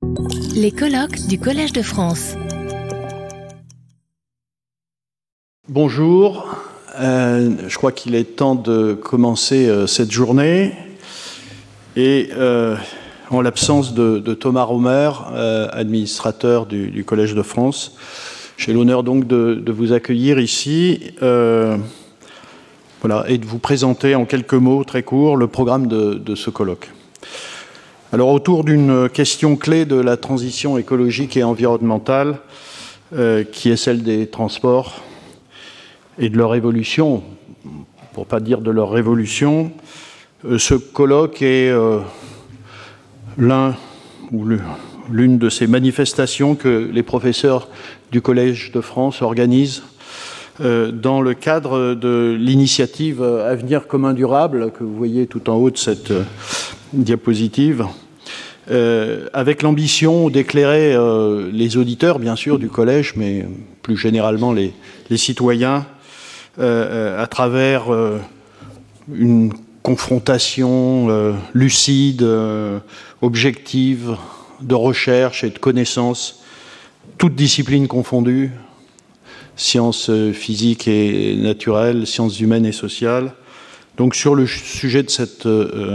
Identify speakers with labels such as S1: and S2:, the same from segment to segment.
S1: Les colloques du Collège de France.
S2: Bonjour, je crois qu'il est temps de commencer cette journée et en l'absence de Thomas Romer, administrateur du Collège de France, j'ai l'honneur donc de vous accueillir ici et de vous présenter en quelques mots très courts le programme de ce colloque. Alors autour d'une question clé de la transition écologique et environnementale qui est celle des transports et de leur évolution, pour ne pas dire de leur révolution, ce colloque est l'une de ces manifestations que les professeurs du Collège de France organisent dans le cadre de l'initiative Avenir commun durable que vous voyez tout en haut de cette diapositive, avec l'ambition d'éclairer les auditeurs, bien sûr, du collège, mais plus généralement les citoyens, à travers une confrontation lucide, objective, de recherche et de connaissances, toutes disciplines confondues, sciences physiques et naturelles, sciences humaines et sociales. Donc sur le sujet de cette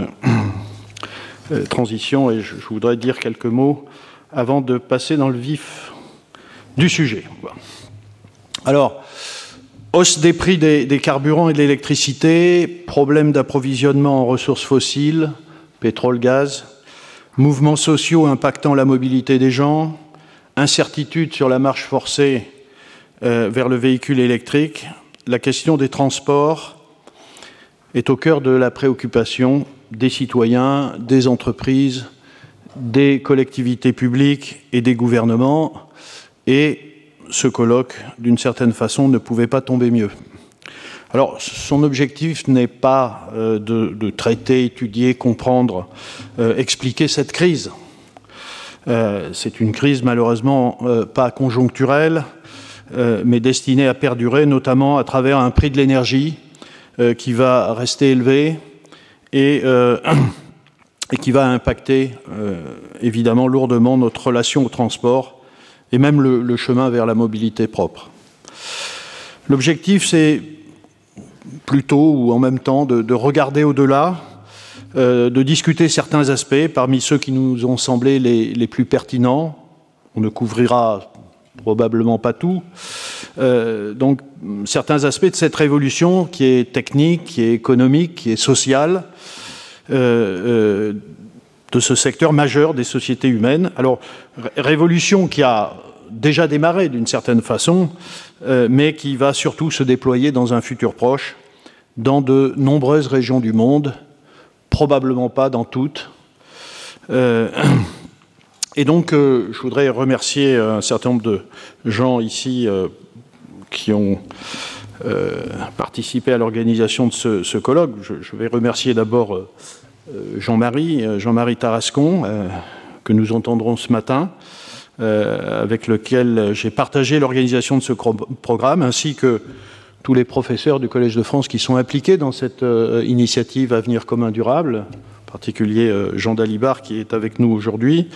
S2: transition, et je voudrais dire quelques mots avant de passer dans le vif du sujet. Alors, hausse des prix des carburants et de l'électricité, problème d'approvisionnement en ressources fossiles, pétrole, gaz, mouvements sociaux impactant la mobilité des gens, incertitude sur la marche forcée vers le véhicule électrique, la question des transports est au cœur de la préoccupation des citoyens, des entreprises, des collectivités publiques et des gouvernements. Et ce colloque, d'une certaine façon, ne pouvait pas tomber mieux. Alors, son objectif n'est pas de traiter, étudier, comprendre, expliquer cette crise. C'est une crise malheureusement pas conjoncturelle, mais destinée à perdurer, notamment à travers un prix de l'énergie qui va rester élevé et qui va impacter évidemment lourdement notre relation au transport et même le chemin vers la mobilité propre. L'objectif, c'est plutôt ou en même temps de regarder au-delà, de discuter certains aspects parmi ceux qui nous ont semblé les plus pertinents. On ne couvrira probablement pas tout. Donc, certains aspects de cette révolution qui est technique, qui est économique, qui est sociale, de ce secteur majeur des sociétés humaines. Alors, révolution qui a déjà démarré d'une certaine façon, mais qui va surtout se déployer dans un futur proche, dans de nombreuses régions du monde, probablement pas dans toutes. Et donc, je voudrais remercier un certain nombre de gens ici qui ont participé à l'organisation de ce colloque. Je vais remercier d'abord Jean-Marie Tarascon, que nous entendrons ce matin, avec lequel j'ai partagé l'organisation de ce programme, ainsi que tous les professeurs du Collège de France qui sont impliqués dans cette initiative Avenir commun durable, en particulier Jean Dalibard qui est avec nous aujourd'hui.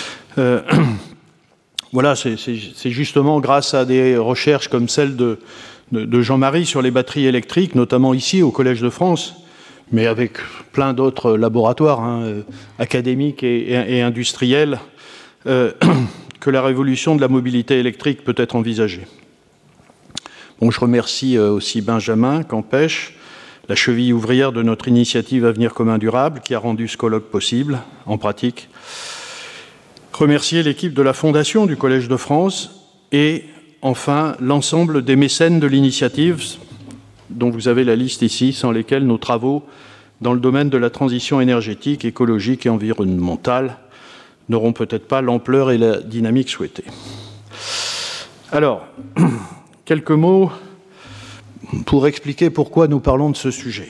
S2: Voilà, c'est justement grâce à des recherches comme celle de Jean-Marie sur les batteries électriques, notamment ici au Collège de France, mais avec plein d'autres laboratoires académiques et industriels, que la révolution de la mobilité électrique peut être envisagée. Bon, je remercie aussi Benjamin Campèche, la cheville ouvrière de notre initiative Avenir commun durable, qui a rendu ce colloque possible, en pratique. Remercier l'équipe de la Fondation du Collège de France et, enfin, l'ensemble des mécènes de l'initiative, dont vous avez la liste ici, sans lesquels nos travaux dans le domaine de la transition énergétique, écologique et environnementale n'auront peut-être pas l'ampleur et la dynamique souhaitées. Alors, quelques mots pour expliquer pourquoi nous parlons de ce sujet.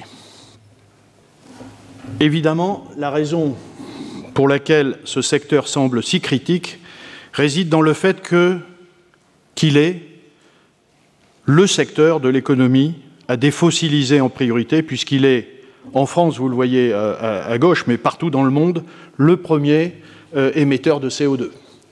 S2: Évidemment, la raison pour laquelle ce secteur semble si critique réside dans le fait qu'il est le secteur de l'économie à défossiliser en priorité, puisqu'il est, en France, vous le voyez à gauche, mais partout dans le monde, le premier émetteurs de CO2.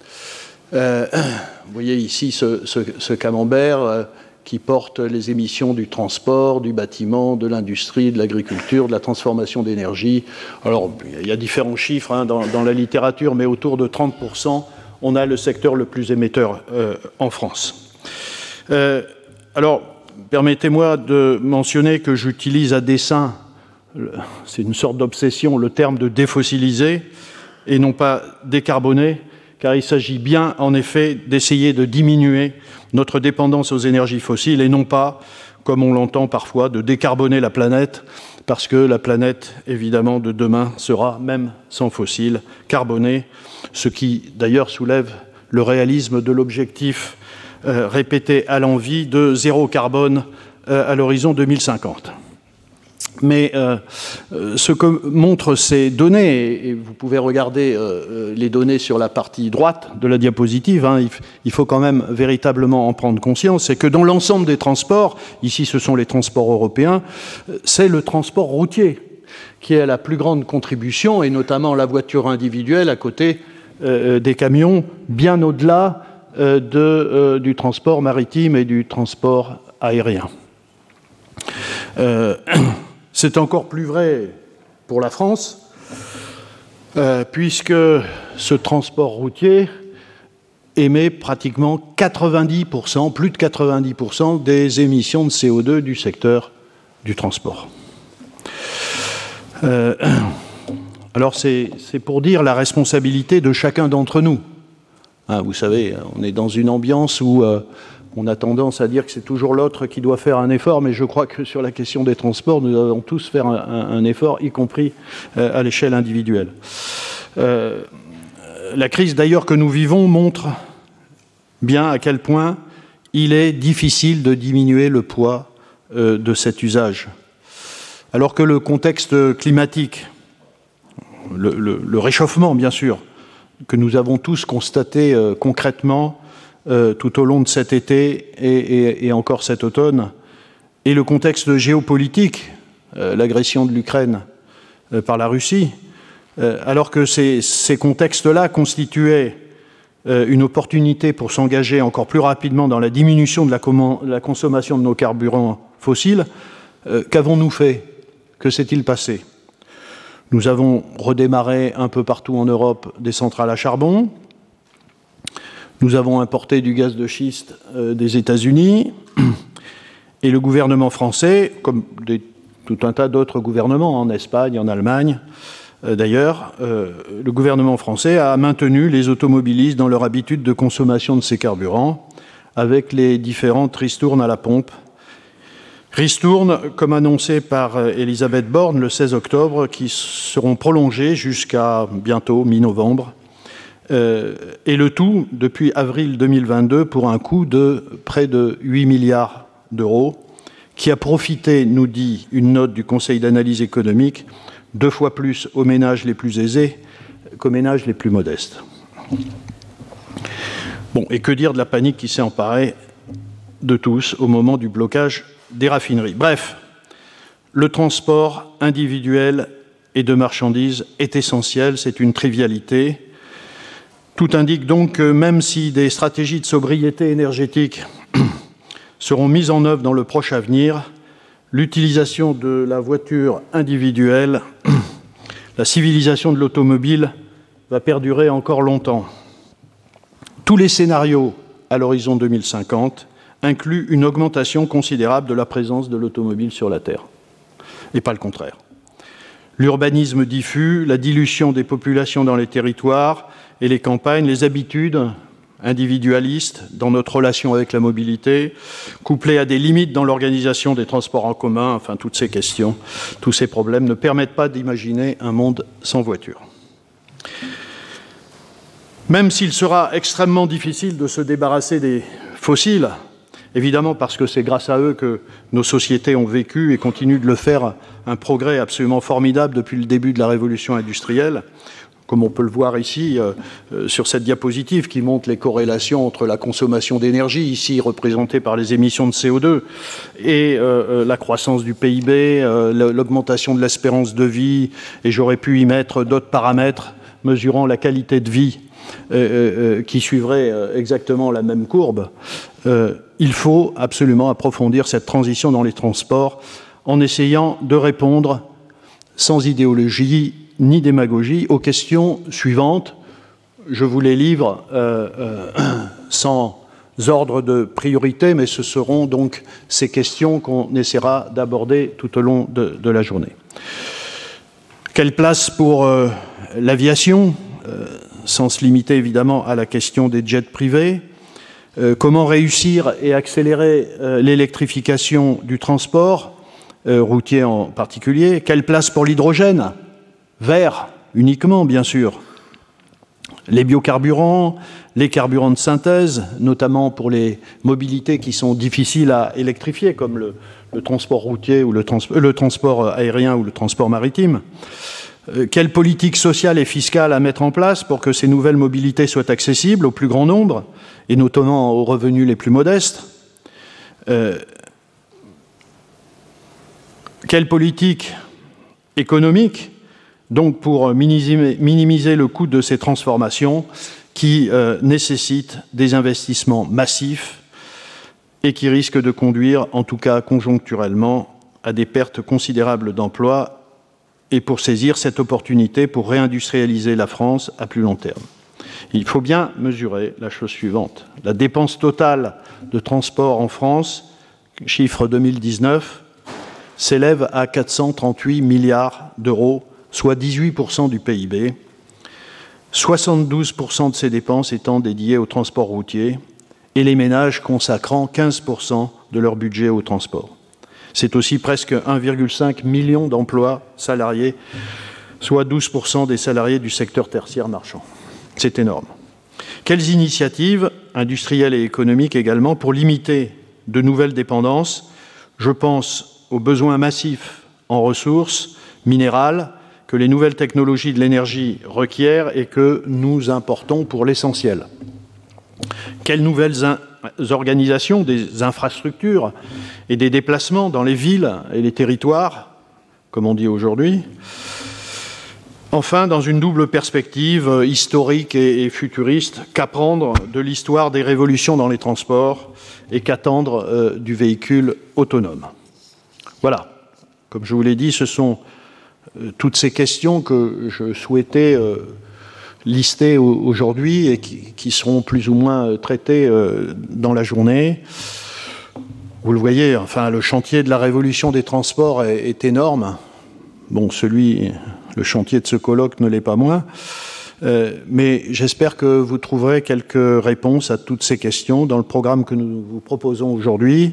S2: Vous voyez ici ce camembert qui porte les émissions du transport, du bâtiment, de l'industrie, de l'agriculture, de la transformation d'énergie. Alors, il y a différents chiffres dans la littérature, mais autour de 30%, on a le secteur le plus émetteur en France. Alors, permettez-moi de mentionner que j'utilise à dessein, c'est une sorte d'obsession, le terme de défossiliser et non pas décarboner, car il s'agit bien, en effet, d'essayer de diminuer notre dépendance aux énergies fossiles et non pas, comme on l'entend parfois, de décarboner la planète, parce que la planète, évidemment, de demain sera, même sans fossiles, carbonée, ce qui, d'ailleurs, soulève le réalisme de l'objectif répété à l'envi de zéro carbone à l'horizon 2050. Mais ce que montrent ces données, et vous pouvez regarder les données sur la partie droite de la diapositive, il faut quand même véritablement en prendre conscience, c'est que dans l'ensemble des transports, ici ce sont les transports européens, c'est le transport routier qui est la plus grande contribution, et notamment la voiture individuelle à côté des camions, bien au-delà du transport maritime et du transport aérien. C'est encore plus vrai pour la France, puisque ce transport routier émet pratiquement 90%, plus de 90% des émissions de CO2 du secteur du transport. Alors c'est pour dire la responsabilité de chacun d'entre nous. Vous savez, on est dans une ambiance où on a tendance à dire que c'est toujours l'autre qui doit faire un effort, mais je crois que sur la question des transports, nous devons tous faire un effort, y compris à l'échelle individuelle. La crise d'ailleurs que nous vivons montre bien à quel point il est difficile de diminuer le poids de cet usage. Alors que le contexte climatique, le réchauffement bien sûr, que nous avons tous constaté concrètement tout au long de cet été et encore cet automne, et le contexte géopolitique, l'agression de l'Ukraine par la Russie, alors que ces contextes-là constituaient une opportunité pour s'engager encore plus rapidement dans la diminution de la consommation de nos carburants fossiles, qu'avons-nous fait? Que s'est-il passé? Nous avons redémarré un peu partout en Europe des centrales à charbon. Nous avons importé du gaz de schiste des États-Unis. Et le gouvernement français, comme tout un tas d'autres gouvernements en Espagne, en Allemagne d'ailleurs, le gouvernement français a maintenu les automobilistes dans leur habitude de consommation de ces carburants avec les différentes ristournes à la pompe. Ristournes, comme annoncé par Elisabeth Borne le 16 octobre, qui seront prolongées jusqu'à bientôt, mi-novembre. Et le tout depuis avril 2022 pour un coût de près de 8 milliards d'euros, qui a profité, nous dit une note du Conseil d'analyse économique, 2 fois plus aux ménages les plus aisés qu'aux ménages les plus modestes. Bon, et que dire de la panique qui s'est emparée de tous au moment du blocage des raffineries. Bref, le transport individuel et de marchandises est essentiel, c'est une trivialité. Tout indique donc que même si des stratégies de sobriété énergétique seront mises en œuvre dans le proche avenir, l'utilisation de la voiture individuelle, la civilisation de l'automobile va perdurer encore longtemps. Tous les scénarios à l'horizon 2050 incluent une augmentation considérable de la présence de l'automobile sur la Terre, et pas le contraire. L'urbanisme diffus, la dilution des populations dans les territoires et les campagnes, les habitudes individualistes dans notre relation avec la mobilité, couplées à des limites dans l'organisation des transports en commun, enfin toutes ces questions, tous ces problèmes ne permettent pas d'imaginer un monde sans voiture. Même s'il sera extrêmement difficile de se débarrasser des fossiles, évidemment parce que c'est grâce à eux que nos sociétés ont vécu et continuent de le faire un progrès absolument formidable depuis le début de la révolution industrielle, comme on peut le voir ici sur cette diapositive qui montre les corrélations entre la consommation d'énergie, ici représentée par les émissions de CO2, et la croissance du PIB, l'augmentation de l'espérance de vie, et j'aurais pu y mettre d'autres paramètres, mesurant la qualité de vie qui suivrait exactement la même courbe. Il faut absolument approfondir cette transition dans les transports en essayant de répondre sans idéologie ni démagogie aux questions suivantes. Je vous les livre sans ordre de priorité, mais ce seront donc ces questions qu'on essaiera d'aborder tout au long de la journée. Quelle place pour l'aviation, sans se limiter évidemment à la question des jets privés? Comment réussir et accélérer l'électrification du transport, routier en particulier? Quelle place pour l'hydrogène vert uniquement, bien sûr? Les biocarburants, les carburants de synthèse, notamment pour les mobilités qui sont difficiles à électrifier, comme le transport routier ou le transport aérien ou le transport maritime. Quelle politique sociale et fiscale à mettre en place pour que ces nouvelles mobilités soient accessibles au plus grand nombre, et notamment aux revenus les plus modestes? Quelle politique économique, donc, pour minimiser le coût de ces transformations qui nécessitent des investissements massifs et qui risquent de conduire, en tout cas conjoncturellement, à des pertes considérables d'emplois, et pour saisir cette opportunité pour réindustrialiser la France à plus long terme. Il faut bien mesurer la chose suivante. La dépense totale de transport en France, chiffre 2019, s'élève à 438 milliards d'euros, soit 18% du PIB, 72% de ces dépenses étant dédiées au transport routier et les ménages consacrant 15% de leur budget au transport. C'est aussi presque 1,5 million d'emplois salariés, soit 12% des salariés du secteur tertiaire marchand. C'est énorme. Quelles initiatives, industrielles et économiques également, pour limiter de nouvelles dépendances? Je pense aux besoins massifs en ressources minérales que les nouvelles technologies de l'énergie requièrent et que nous importons pour l'essentiel. Quelles nouvelles organisations des infrastructures et des déplacements dans les villes et les territoires, comme on dit aujourd'hui? Enfin, dans une double perspective historique et futuriste, qu'apprendre de l'histoire des révolutions dans les transports et qu'attendre du véhicule autonome? Voilà, comme je vous l'ai dit, ce sont toutes ces questions que je souhaitais lister aujourd'hui et qui seront plus ou moins traitées dans la journée. Vous le voyez, enfin, le chantier de la révolution des transports est énorme. Bon, le chantier de ce colloque ne l'est pas moins. Mais j'espère que vous trouverez quelques réponses à toutes ces questions dans le programme que nous vous proposons aujourd'hui.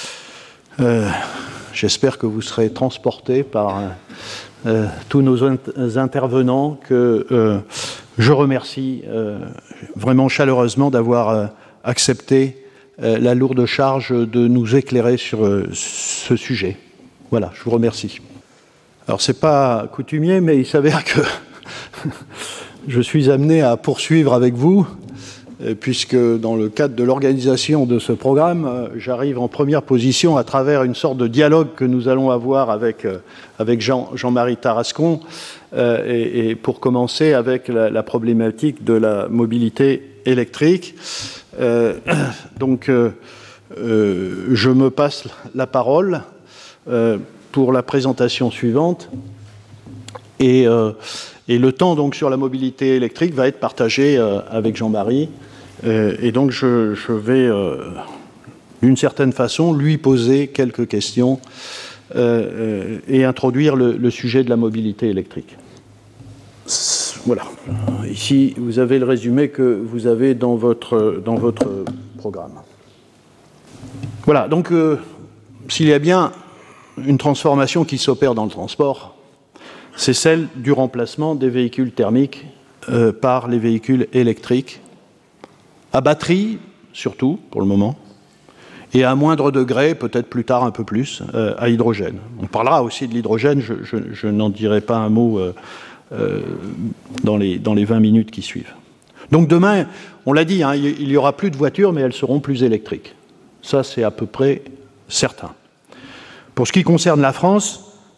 S2: J'espère que vous serez transportés par tous nos intervenants que je remercie vraiment chaleureusement d'avoir accepté la lourde charge de nous éclairer sur ce sujet. Voilà, je vous remercie. Alors, ce n'est pas coutumier, mais il s'avère que je suis amené à poursuivre avec vous, puisque dans le cadre de l'organisation de ce programme, j'arrive en première position à travers une sorte de dialogue que nous allons avoir avec Jean-Marie Tarascon, et pour commencer avec la problématique de la mobilité électrique. Donc, je me passe la parole pour la présentation suivante, et le temps donc sur la mobilité électrique va être partagé avec Jean-Marie, et donc je vais d'une certaine façon lui poser quelques questions et introduire le sujet de la mobilité électrique. Voilà. Ici, vous avez le résumé que vous avez dans votre programme. Voilà. Donc, s'il y a bien une transformation qui s'opère dans le transport, c'est celle du remplacement des véhicules thermiques par les véhicules électriques, à batterie surtout pour le moment, et à moindre degré, peut-être plus tard un peu plus, à hydrogène. On parlera aussi de l'hydrogène, je n'en dirai pas un mot dans les 20 minutes qui suivent. Donc demain, on l'a dit, hein, il n'y aura plus de voitures, mais elles seront plus électriques. Ça, c'est à peu près certain. Pour ce qui concerne la France,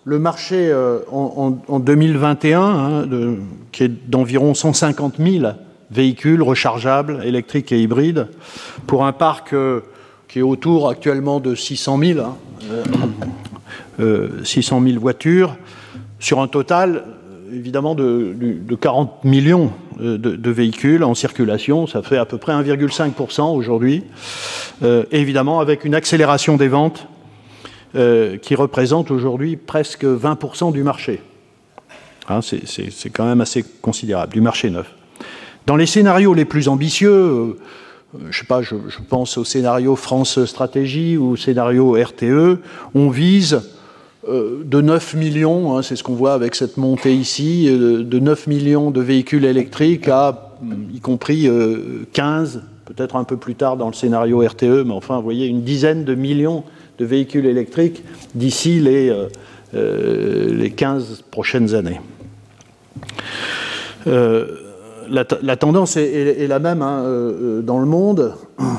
S2: le marché en 2021, qui est d'environ 150 000 véhicules rechargeables, électriques et hybrides, pour un parc qui est autour actuellement de 600 000 voitures, sur un total, évidemment, de 40 millions de véhicules en circulation. Ça fait à peu près 1,5% aujourd'hui. Évidemment, avec une accélération des ventes qui représente aujourd'hui presque 20% du marché. Hein, c'est quand même assez considérable, du marché neuf. Dans les scénarios les plus ambitieux, je sais pas, je pense au scénario France Stratégie ou au scénario RTE, on vise de 9 millions, c'est ce qu'on voit avec cette montée ici, de 9 millions de véhicules électriques à, y compris 15, peut-être un peu plus tard dans le scénario RTE, mais enfin, vous voyez, une dizaine de millions de véhicules électriques d'ici les 15 prochaines années. La tendance est la même dans le monde.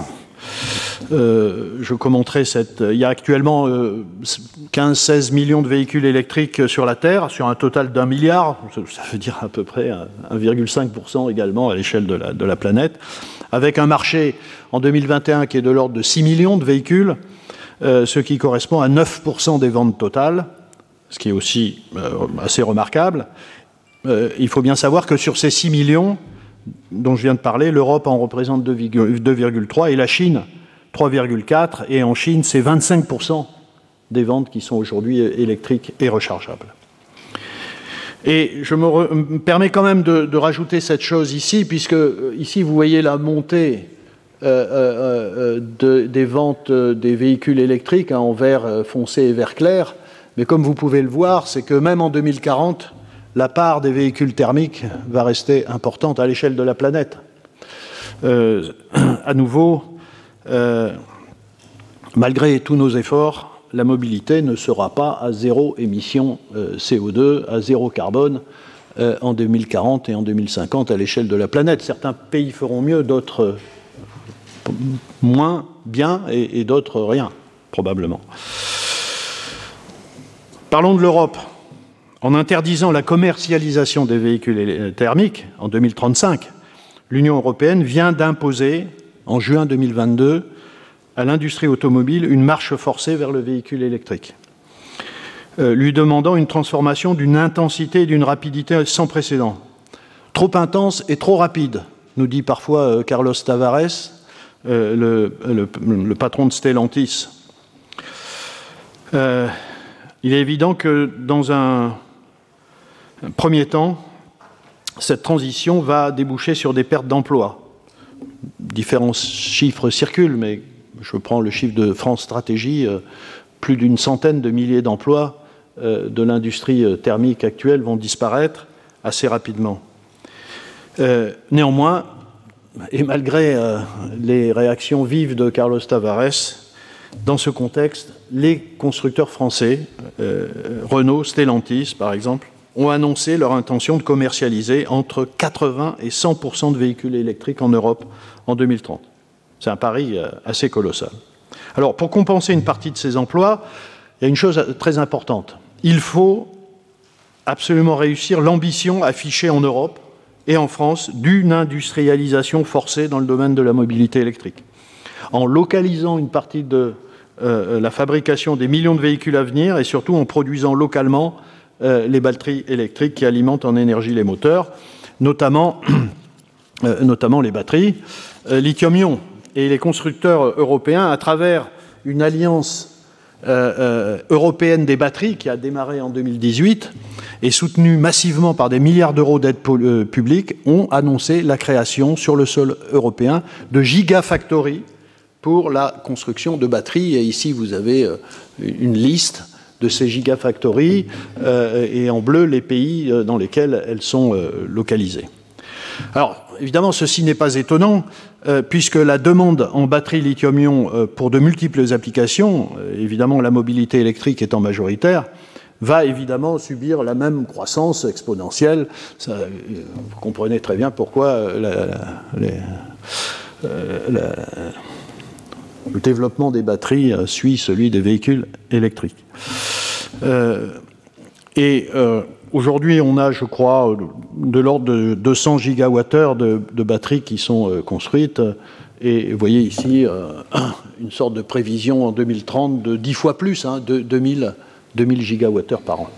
S2: Je commenterai il y a actuellement 15-16 millions de véhicules électriques sur la Terre, sur un total d'1 milliard, ça veut dire à peu près 1,5% également à l'échelle de la planète, avec un marché en 2021 qui est de l'ordre de 6 millions de véhicules, ce qui correspond à 9% des ventes totales, ce qui est aussi assez remarquable. Il faut bien savoir que sur ces 6 millions dont je viens de parler, l'Europe en représente 2,3 et la Chine 3,4, et en Chine, c'est 25% des ventes qui sont aujourd'hui électriques et rechargeables. Et je me permets quand même de rajouter cette chose ici, puisque ici, vous voyez la montée des ventes des véhicules électriques en vert foncé et vert clair, mais comme vous pouvez le voir, c'est que même en 2040, la part des véhicules thermiques va rester importante à l'échelle de la planète. À nouveau, malgré tous nos efforts, la mobilité ne sera pas à zéro émission CO2, à zéro carbone en 2040 et en 2050 à l'échelle de la planète. Certains pays feront mieux, d'autres moins bien et d'autres rien, probablement. Parlons de l'Europe. En interdisant la commercialisation des véhicules thermiques en 2035, l'Union européenne vient d'imposer, en juin 2022, à l'industrie automobile une marche forcée vers le véhicule électrique, lui demandant une transformation d'une intensité et d'une rapidité sans précédent. Trop intense et trop rapide, nous dit parfois Carlos Tavares, le patron de Stellantis. Il est évident que dans un premier temps, cette transition va déboucher sur des pertes d'emplois. Différents chiffres circulent, mais je prends le chiffre de France Stratégie, plus d'une centaine de milliers d'emplois de l'industrie thermique actuelle vont disparaître assez rapidement. Néanmoins, et malgré les réactions vives de Carlos Tavares, dans ce contexte, les constructeurs français, Renault, Stellantis par exemple, ont annoncé leur intention de commercialiser entre 80 et 100% de véhicules électriques en Europe en 2030. C'est un pari assez colossal. Alors, pour compenser une partie de ces emplois, il y a une chose très importante. Il faut absolument réussir l'ambition affichée en Europe et en France d'une industrialisation forcée dans le domaine de la mobilité électrique. En localisant une partie de la fabrication des millions de véhicules à venir et surtout en produisant localement les batteries électriques qui alimentent en énergie les moteurs, notamment les batteries lithium-ion. Et les constructeurs européens, à travers une alliance européenne des batteries qui a démarré en 2018 et soutenue massivement par des milliards d'euros d'aides publiques, ont annoncé la création sur le sol européen de gigafactories pour la construction de batteries. Et ici, vous avez une liste de ces gigafactories et en bleu les pays dans lesquels elles sont localisées. Alors, évidemment, ceci n'est pas étonnant, puisque la demande en batterie lithium-ion pour de multiples applications, évidemment la mobilité électrique étant majoritaire, va évidemment subir la même croissance exponentielle. Ça, vous comprenez très bien pourquoi le développement des batteries suit celui des véhicules électriques. Et aujourd'hui, on a, je crois, de l'ordre de 200 gigawattheures de batteries qui sont construites. Et vous voyez ici une sorte de prévision en 2030 de 10 fois plus, de 2000 gigawattheures par an.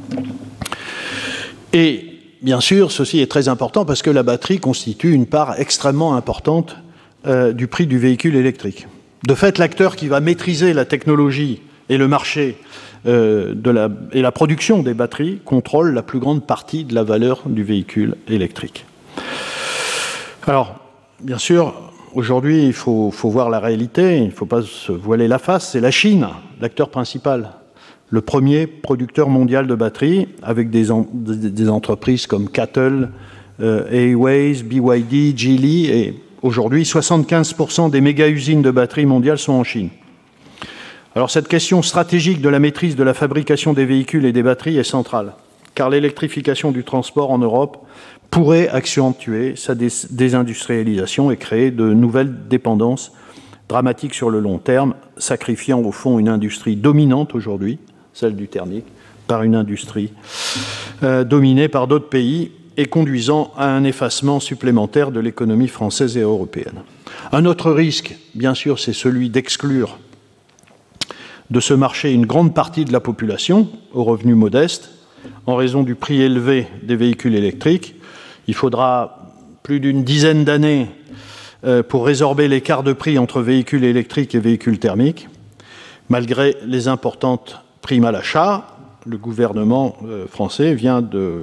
S2: Et bien sûr, ceci est très important parce que la batterie constitue une part extrêmement importante du prix du véhicule électrique. De fait, l'acteur qui va maîtriser la technologie et le marché et la production des batteries contrôle la plus grande partie de la valeur du véhicule électrique. Alors, bien sûr, aujourd'hui, il faut voir la réalité, il ne faut pas se voiler la face, c'est la Chine, l'acteur principal, le premier producteur mondial de batteries, avec des entreprises comme CATL, Airways, BYD, Geely, et aujourd'hui, 75% des méga-usines de batteries mondiales sont en Chine. Alors cette question stratégique de la maîtrise de la fabrication des véhicules et des batteries est centrale, car l'électrification du transport en Europe pourrait accentuer sa désindustrialisation et créer de nouvelles dépendances dramatiques sur le long terme, sacrifiant au fond une industrie dominante aujourd'hui, celle du thermique, par une industrie dominée par d'autres pays et conduisant à un effacement supplémentaire de l'économie française et européenne. Un autre risque, bien sûr, c'est celui d'exclure de ce marché une grande partie de la population aux revenus modestes en raison du prix élevé des véhicules électriques. Il faudra plus d'une dizaine d'années pour résorber l'écart de prix entre véhicules électriques et véhicules thermiques. Malgré les importantes primes à l'achat, le gouvernement français vient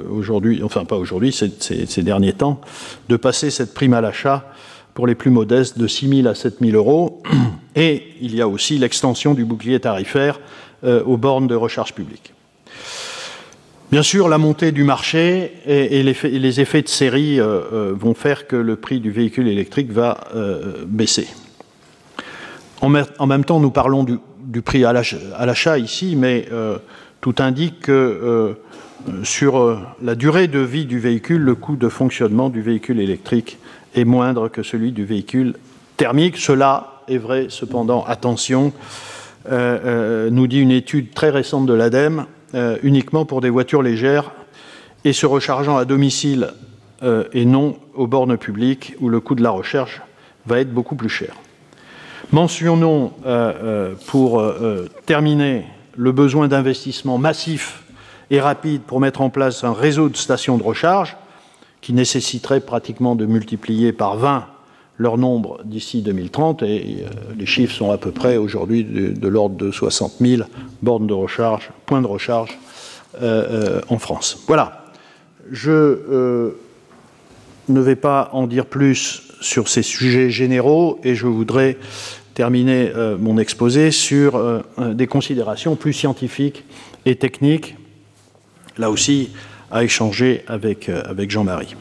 S2: ces derniers temps, de passer cette prime à l'achat pour les plus modestes de 6 000 à 7 000 euros. Et il y a aussi l'extension du bouclier tarifaire aux bornes de recharge publique. Bien sûr, la montée du marché et les effets de série vont faire que le prix du véhicule électrique va baisser. En même temps, nous parlons du prix à l'achat ici, mais tout indique que sur la durée de vie du véhicule, le coût de fonctionnement du véhicule électrique est moindre que celui du véhicule thermique. Cela est vrai, cependant, attention, nous dit une étude très récente de l'ADEME, uniquement pour des voitures légères et se rechargeant à domicile et non aux bornes publiques où le coût de la recharge va être beaucoup plus cher. Mentionnons pour terminer le besoin d'investissement massif et rapide pour mettre en place un réseau de stations de recharge qui nécessiterait pratiquement de multiplier par 20 leur nombre d'ici 2030, et les chiffres sont à peu près aujourd'hui de l'ordre de 60 000 bornes de recharge, points de recharge en France. Voilà. Je ne vais pas en dire plus sur ces sujets généraux et je voudrais terminer mon exposé sur des considérations plus scientifiques et techniques, là aussi à échanger avec Jean-Marie.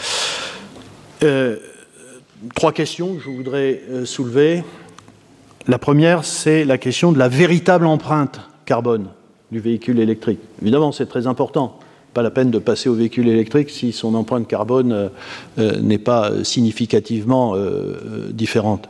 S2: 3 questions que je voudrais soulever. La première, c'est la question de la véritable empreinte carbone du véhicule électrique. Évidemment, c'est très important. Pas la peine de passer au véhicule électrique si son empreinte carbone n'est pas significativement différente.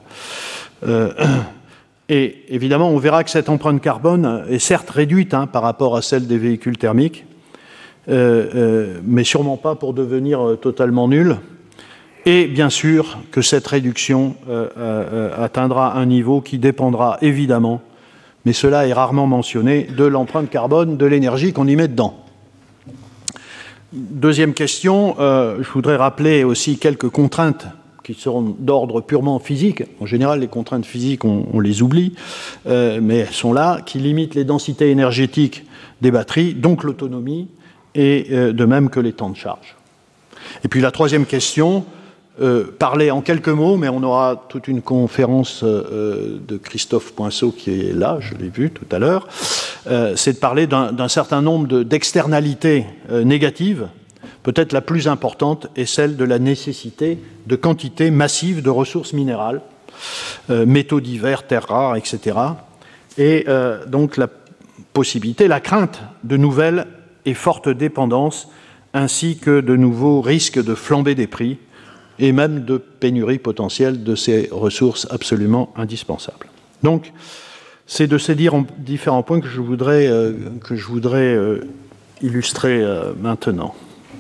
S2: Et évidemment, on verra que cette empreinte carbone est certes réduite par rapport à celle des véhicules thermiques, mais sûrement pas pour devenir totalement nulle. Et bien sûr que cette réduction atteindra un niveau qui dépendra évidemment, mais cela est rarement mentionné, de l'empreinte carbone de l'énergie qu'on y met dedans. Deuxième question, je voudrais rappeler aussi quelques contraintes qui seront d'ordre purement physique. En général, les contraintes physiques, on les oublie, mais elles sont là, qui limitent les densités énergétiques des batteries, donc l'autonomie, et de même que les temps de charge. Et puis la troisième question, parler en quelques mots, mais on aura toute une conférence de Christophe Poinceau qui est là, je l'ai vu tout à l'heure, c'est de parler d'un certain nombre d'externalités négatives. Peut-être la plus importante est celle de la nécessité de quantités massives de ressources minérales, métaux divers, terres rares, etc. Et donc la possibilité, la crainte de nouvelles et fortes dépendances, ainsi que de nouveaux risques de flambée des prix, et même de pénurie potentielle de ces ressources absolument indispensables. Donc, c'est de ces différents points que je voudrais illustrer maintenant.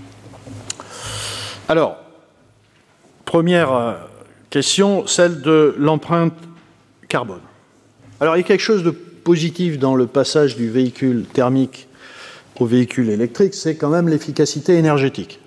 S2: Alors, première question, celle de l'empreinte carbone. Alors, il y a quelque chose de positif dans le passage du véhicule thermique au véhicule électrique, c'est quand même l'efficacité énergétique.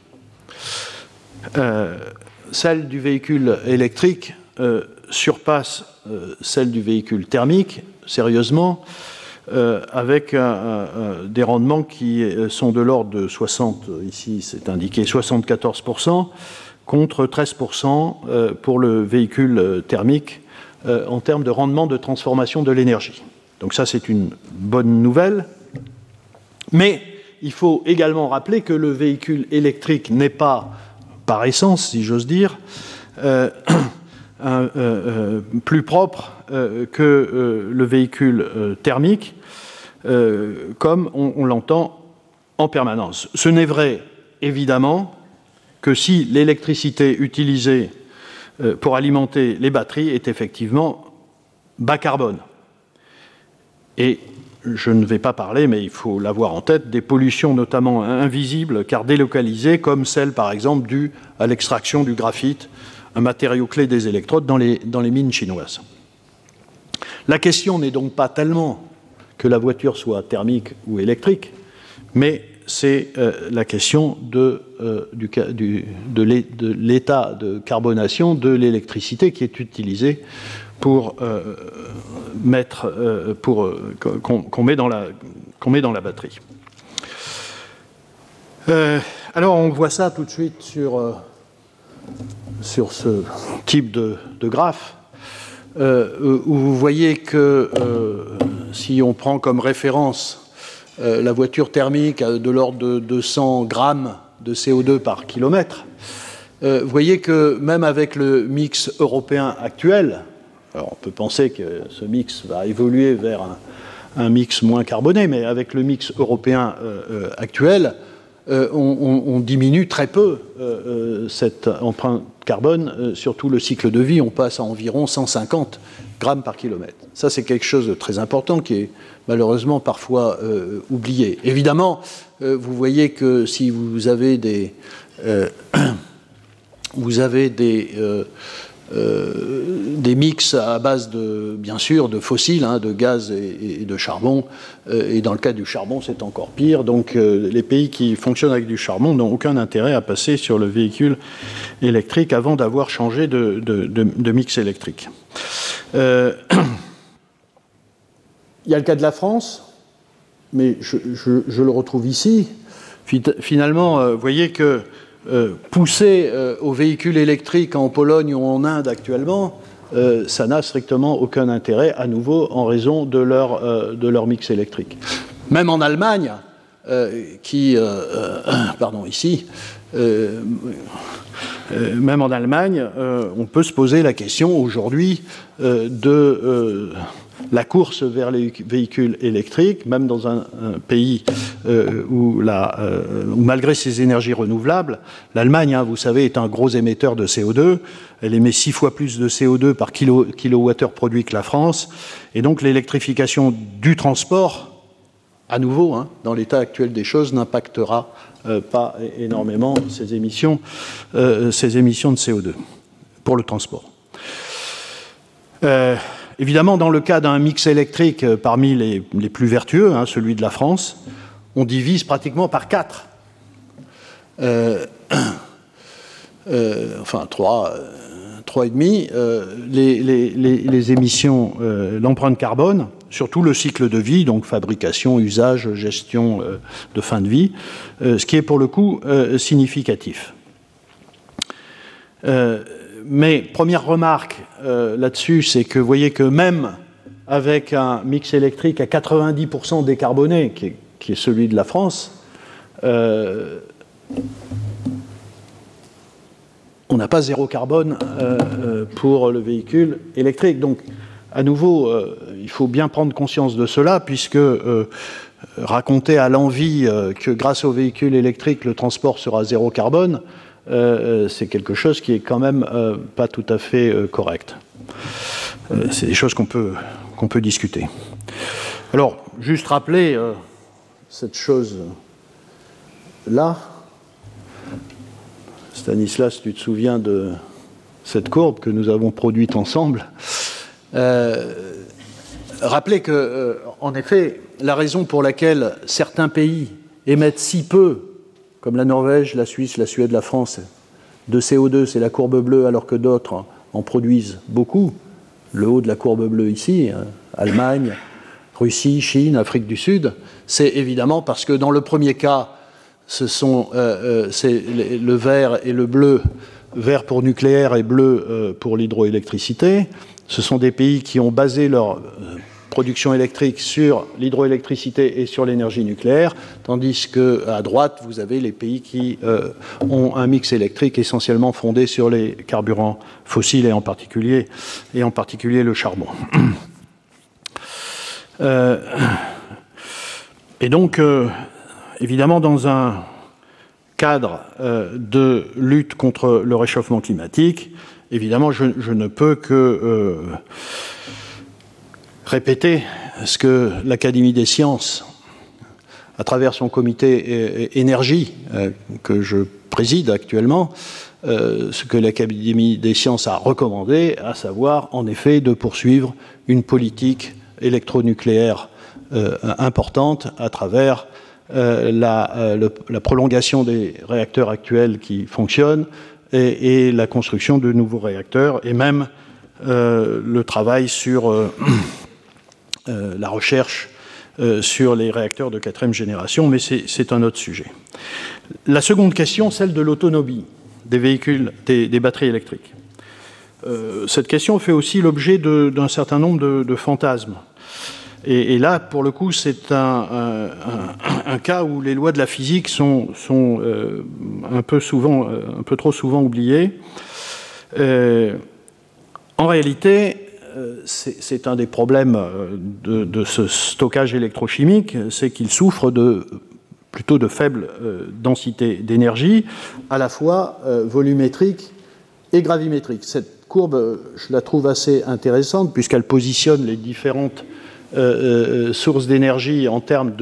S2: Celle du véhicule électrique surpasse celle du véhicule thermique, sérieusement, avec des rendements qui sont de l'ordre de 60, ici c'est indiqué 74%, contre 13% pour le véhicule thermique en termes de rendement de transformation de l'énergie. Donc ça, c'est une bonne nouvelle. Mais il faut également rappeler que le véhicule électrique n'est pas, par essence, si j'ose dire, plus propre que le véhicule thermique, comme on l'entend en permanence. Ce n'est vrai, évidemment, que si l'électricité utilisée pour alimenter les batteries est effectivement bas carbone. Et je ne vais pas parler, mais il faut l'avoir en tête, des pollutions notamment invisibles car délocalisées, comme celle par exemple due à l'extraction du graphite, un matériau clé des électrodes dans les mines chinoises. La question n'est donc pas tellement que la voiture soit thermique ou électrique, mais c'est la question de l'état de carbonation de l'électricité qui est utilisée pour qu'on met dans la batterie. Alors on voit ça tout de suite sur ce type de graphe, où vous voyez que si on prend comme référence la voiture thermique de l'ordre de 200 grammes de CO2 par kilomètre, vous voyez que même avec le mix européen actuel, alors on peut penser que ce mix va évoluer vers un mix moins carboné, mais avec le mix européen actuel, on diminue très peu cette empreinte carbone sur tout le cycle de vie. On passe à environ 150 grammes par kilomètre. Ça, c'est quelque chose de très important qui est malheureusement parfois oublié. Évidemment, vous voyez que si vous avez des mix à base de, bien sûr, de fossiles, de gaz et de charbon. Et dans le cas du charbon, c'est encore pire. Donc, les pays qui fonctionnent avec du charbon n'ont aucun intérêt à passer sur le véhicule électrique avant d'avoir changé de mix électrique. Il y a le cas de la France, mais je le retrouve ici. Finalement, vous voyez que pousser aux véhicules électriques en Pologne ou en Inde actuellement, ça n'a strictement aucun intérêt, à nouveau, en raison de leur mix électrique. Même en Allemagne, même en Allemagne, on peut se poser la question aujourd'hui de la course vers les véhicules électriques, même dans un pays où malgré ses énergies renouvelables, l'Allemagne, vous savez, est un gros émetteur de CO2. Elle émet 6 fois plus de CO2 par kilowattheure produit que la France. Et donc l'électrification du transport, à nouveau, dans l'état actuel des choses, n'impactera pas énormément ces émissions de CO2 pour le transport. Évidemment, dans le cas d'un mix électrique parmi les plus vertueux, celui de la France, on divise pratiquement par 4. Enfin 3,5, les émissions, l'empreinte carbone, surtout le cycle de vie, donc fabrication, usage, gestion de fin de vie, ce qui est pour le coup significatif. Mais première remarque là-dessus, c'est que vous voyez que même avec un mix électrique à 90% décarboné, qui est celui de la France, on n'a pas zéro carbone pour le véhicule électrique. Donc, à nouveau, il faut bien prendre conscience de cela, puisque raconter à l'envi que grâce au véhicule électrique, le transport sera zéro carbone, c'est quelque chose qui est quand même pas tout à fait correct. C'est des choses qu'on peut discuter. Alors, juste rappeler cette chose là, Stanislas, tu te souviens de cette courbe que nous avons produite ensemble. Rappelez que, en effet, la raison pour laquelle certains pays émettent si peu, comme la Norvège, la Suisse, la Suède, la France, de CO2, c'est la courbe bleue, alors que d'autres en produisent beaucoup. Le haut de la courbe bleue ici, Allemagne, Russie, Chine, Afrique du Sud, c'est évidemment parce que dans le premier cas, c'est le vert et le bleu, vert pour nucléaire et bleu pour l'hydroélectricité. Ce sont des pays qui ont basé leur production électrique sur l'hydroélectricité et sur l'énergie nucléaire, tandis qu'à droite, vous avez les pays qui ont un mix électrique essentiellement fondé sur les carburants fossiles et en particulier le charbon. Et donc, évidemment, dans un cadre de lutte contre le réchauffement climatique, évidemment, je ne peux que répéter ce que l'Académie des sciences, à travers son comité énergie que je préside actuellement, ce que l'Académie des sciences a recommandé, à savoir, en effet, de poursuivre une politique électronucléaire importante à travers la prolongation des réacteurs actuels qui fonctionnent et la construction de nouveaux réacteurs, et même le travail sur la recherche sur les réacteurs de 4e génération, mais c'est un autre sujet. La seconde question, celle de l'autonomie des véhicules, des batteries électriques. Cette question fait aussi l'objet d'un certain nombre de fantasmes. Et là, pour le coup, c'est un cas où les lois de la physique sont un peu trop souvent oubliées. En réalité, c'est un des problèmes de ce stockage électrochimique, c'est qu'il souffre plutôt de faible densité d'énergie, à la fois volumétrique et gravimétrique. Cette courbe, je la trouve assez intéressante, puisqu'elle positionne les différentes sources d'énergie en termes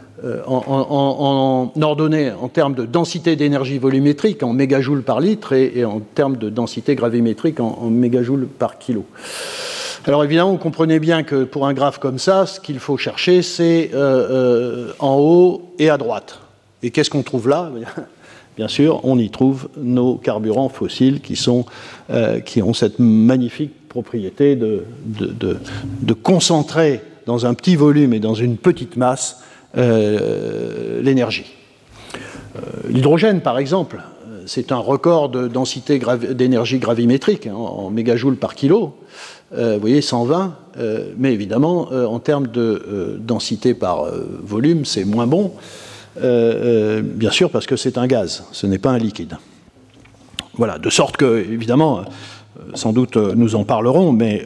S2: en ordonnée en termes de densité d'énergie volumétrique en mégajoules par litre et en termes de densité gravimétrique en mégajoules par kilo. Alors évidemment, vous comprenez bien que pour un graphe comme ça, ce qu'il faut chercher, c'est en haut et à droite. Et qu'est-ce qu'on trouve là ? Bien sûr, on y trouve nos carburants fossiles qui ont cette magnifique propriété de concentrer dans un petit volume et dans une petite masse l'énergie. L'hydrogène, par exemple, c'est un record de densité d'énergie gravimétrique en mégajoules par kilo. Vous voyez, 120, mais évidemment, en termes de densité par volume, c'est moins bon. Bien sûr, parce que c'est un gaz, ce n'est pas un liquide. Voilà, de sorte que, évidemment, sans doute nous en parlerons, mais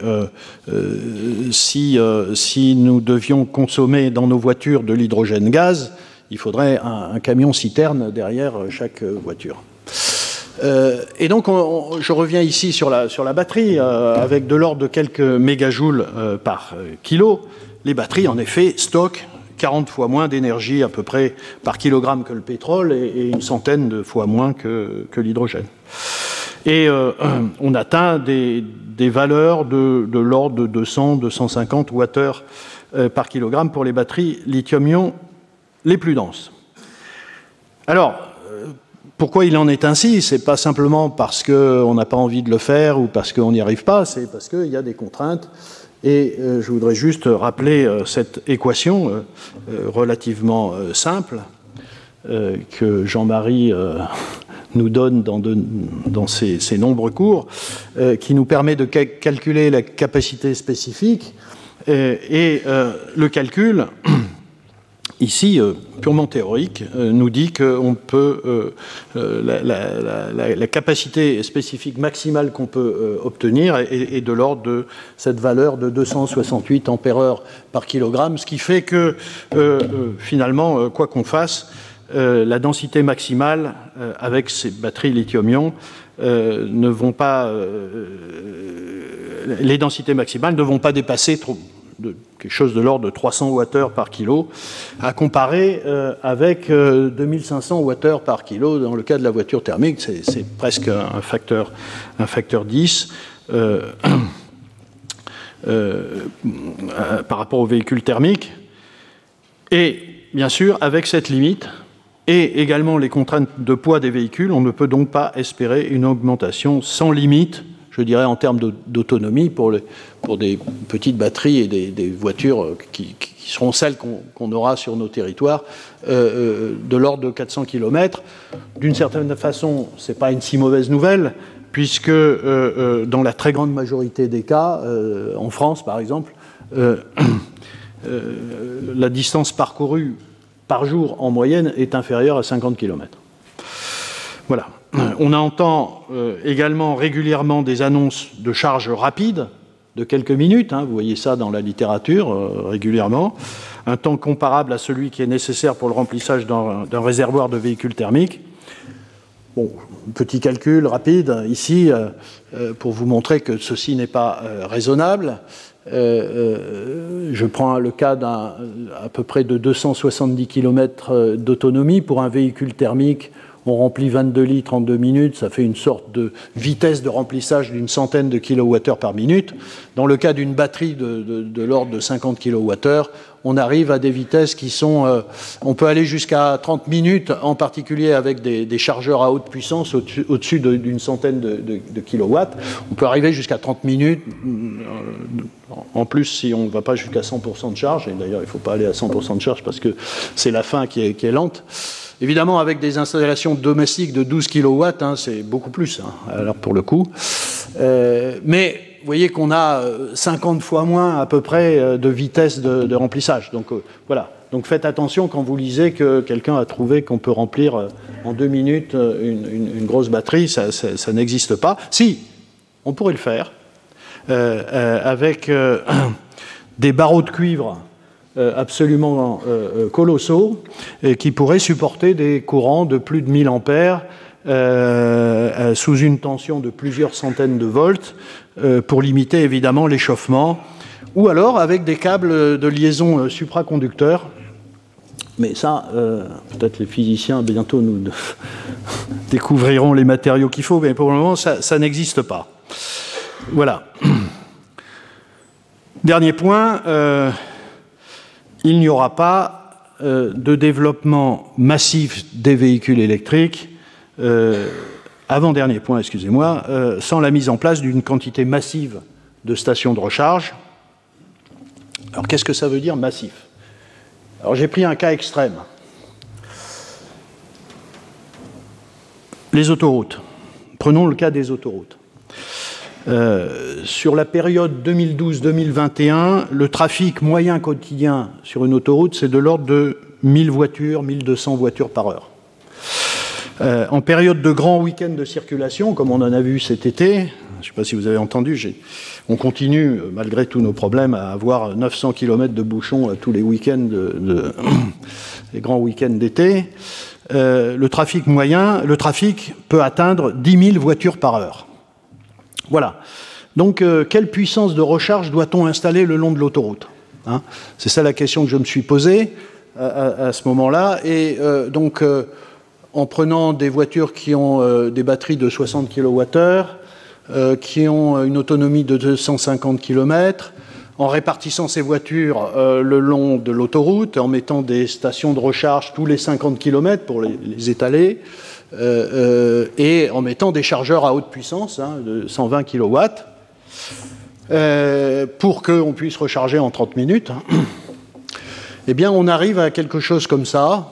S2: si nous devions consommer dans nos voitures de l'hydrogène gaz, il faudrait un camion-citerne derrière chaque voiture. Et donc, je reviens ici sur la batterie, avec de l'ordre de quelques mégajoules par kilo. Les batteries, en effet, stockent 40 fois moins d'énergie à peu près par kilogramme que le pétrole et une centaine de fois moins que l'hydrogène. Et on atteint des valeurs de l'ordre de 200-250 Wh par kilogramme pour les batteries lithium-ion les plus denses. Alors, pourquoi il en est ainsi ? Ce n'est pas simplement parce qu'on n'a pas envie de le faire ou parce qu'on n'y arrive pas, c'est parce qu'il y a des contraintes. Et je voudrais juste rappeler cette équation relativement simple que Jean-Marie nous donne dans ses nombreux cours, qui nous permet de calculer la capacité spécifique. Et le calcul, ici, purement théorique, nous dit qu'on peut la capacité spécifique maximale qu'on peut obtenir est de l'ordre de cette valeur de 268 ampères-heure par kilogramme, ce qui fait que finalement, quoi qu'on fasse, la densité maximale avec ces batteries lithium-ion ne vont pas, les densités maximales ne vont pas dépasser quelque chose de l'ordre de 300 Wh par kilo, à comparer avec 2500 Wh par kilo dans le cas de la voiture thermique. C'est presque un facteur 10 par rapport au véhicule thermique. Et bien sûr, avec cette limite, et également les contraintes de poids des véhicules, on ne peut donc pas espérer une augmentation sans limite, je dirais en termes d'autonomie, pour des petites batteries et des voitures qui seront celles qu'on aura sur nos territoires, de l'ordre de 400 km. D'une certaine façon, ce n'est pas une si mauvaise nouvelle, puisque dans la très grande majorité des cas, en France par exemple, la distance parcourue par jour en moyenne est inférieure à 50 km. Voilà. On entend également régulièrement des annonces de charge rapide de quelques minutes, vous voyez ça dans la littérature régulièrement, un temps comparable à celui qui est nécessaire pour le remplissage d'un réservoir de véhicules thermiques. Bon, petit calcul rapide ici pour vous montrer que ceci n'est pas raisonnable. Je prends le cas à peu près de 270 km d'autonomie. Pour un véhicule thermique, on remplit 22 litres en 2 minutes, ça fait une sorte de vitesse de remplissage d'une centaine de kWh par minute. Dans le cas d'une batterie de l'ordre de 50 kWh, on arrive à des vitesses qui sont... on peut aller jusqu'à 30 minutes, en particulier avec des chargeurs à haute puissance au-dessus d'une centaine de kilowatts. On peut arriver jusqu'à 30 minutes, en plus si on ne va pas jusqu'à 100% de charge, et d'ailleurs il ne faut pas aller à 100% de charge parce que c'est la fin qui est lente. Évidemment, avec des installations domestiques de 12 kW, c'est beaucoup plus, alors pour le coup. Mais vous voyez qu'on a 50 fois moins à peu près de vitesse de remplissage. Donc voilà. Donc faites attention quand vous lisez que quelqu'un a trouvé qu'on peut remplir en 2 minutes une grosse batterie. Ça n'existe pas. Si, on pourrait le faire avec des barreaux de cuivre absolument colossaux et qui pourraient supporter des courants de plus de 1000 ampères sous une tension de plusieurs centaines de volts pour limiter évidemment l'échauffement, ou alors avec des câbles de liaison supraconducteurs. Mais ça, peut-être les physiciens bientôt nous découvriront les matériaux qu'il faut, mais pour le moment ça n'existe pas. Voilà. Dernier point, il n'y aura pas de développement massif des véhicules électriques, avant-dernier point, excusez-moi, sans la mise en place d'une quantité massive de stations de recharge. Alors, qu'est-ce que ça veut dire massif? Alors, j'ai pris un cas extrême. Les autoroutes. Prenons le cas des autoroutes. Sur la période 2012-2021, le trafic moyen quotidien sur une autoroute, c'est de l'ordre de 1000 voitures, 1200 voitures par heure. En période de grands week-ends de circulation, comme on en a vu cet été, je ne sais pas si vous avez entendu, on continue, malgré tous nos problèmes, à avoir 900 km de bouchons tous les week-ends, les grands week-ends d'été. Le trafic moyen, le trafic peut atteindre 10 000 voitures par heure. Voilà. Donc, quelle puissance de recharge doit-on installer le long de l'autoroute, c'est ça la question que je me suis posée à ce moment-là. Et donc, en prenant des voitures qui ont des batteries de 60 kWh, qui ont une autonomie de 250 km, en répartissant ces voitures le long de l'autoroute, en mettant des stations de recharge tous les 50 km pour les étaler, et en mettant des chargeurs à haute puissance, de 120 kW, pour qu'on puisse recharger en 30 minutes, eh bien on arrive à quelque chose comme ça.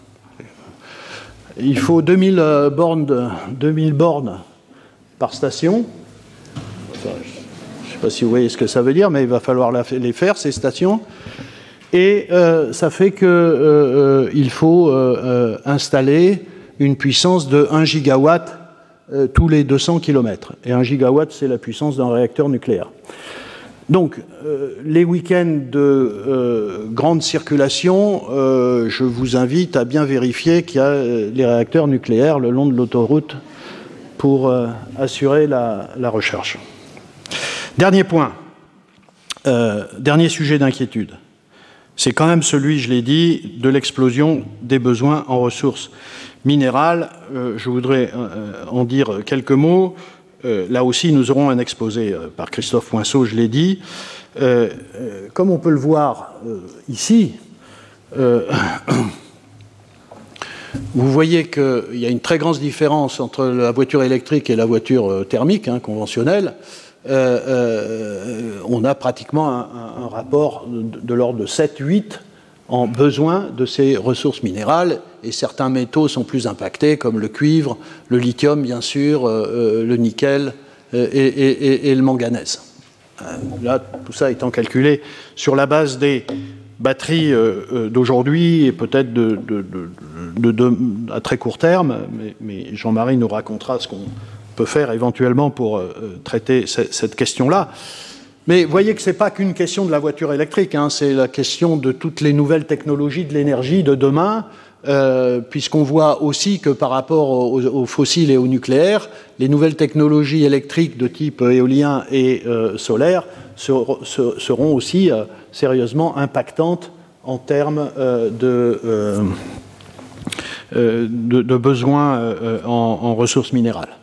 S2: Il faut 2000 bornes par station. Enfin, je ne sais pas si vous voyez ce que ça veut dire, mais il va falloir les faire, ces stations. Et ça fait qu'il faut installer une puissance de 1 gigawatt tous les 200 km. Et 1 gigawatt, c'est la puissance d'un réacteur nucléaire. Donc, les week-ends de grande circulation, je vous invite à bien vérifier qu'il y a les réacteurs nucléaires le long de l'autoroute pour assurer la recharge. Dernier point. Dernier sujet d'inquiétude, c'est quand même celui, je l'ai dit, de l'explosion des besoins en ressources minérales. Je voudrais en dire quelques mots. Là aussi, nous aurons un exposé par Christophe Poinceau, je l'ai dit. Comme on peut le voir ici, vous voyez qu'il y a une très grande différence entre la voiture électrique et la voiture thermique, conventionnelle. On a pratiquement un rapport de l'ordre de 7-8 en besoin de ces ressources minérales, et certains métaux sont plus impactés, comme le cuivre, le lithium, bien sûr, le nickel et le manganèse. Là, tout ça étant calculé sur la base des batteries d'aujourd'hui et peut-être à très court terme, mais Jean-Marie nous racontera ce qu'on peut faire éventuellement pour traiter cette question-là. Mais voyez que ce n'est pas qu'une question de la voiture électrique, c'est la question de toutes les nouvelles technologies de l'énergie de demain, puisqu'on voit aussi que par rapport aux fossiles et au nucléaire, les nouvelles technologies électriques de type éolien et solaire seront aussi sérieusement impactantes en termes de besoins en ressources minérales.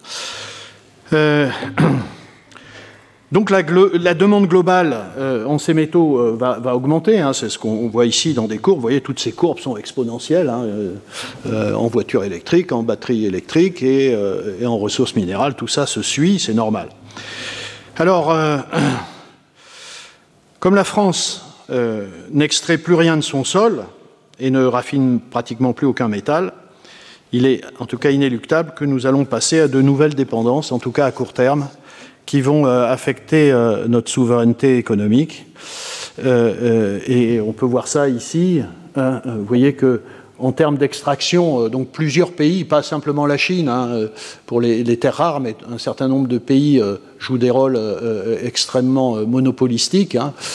S2: Donc la demande globale en ces métaux va augmenter, c'est ce qu'on voit ici dans des courbes. Vous voyez, toutes ces courbes sont exponentielles, en voiture électrique, en batterie électrique et en ressources minérales. Tout ça se suit, c'est normal. Alors, comme la France n'extrait plus rien de son sol et ne raffine pratiquement plus aucun métal, il est en tout cas inéluctable que nous allons passer à de nouvelles dépendances, en tout cas à court terme, qui vont affecter notre souveraineté économique. Et on peut voir ça ici. Vous voyez qu'en termes d'extraction, donc plusieurs pays, pas simplement la Chine, pour les terres rares, mais un certain nombre de pays jouent des rôles extrêmement monopolistiques.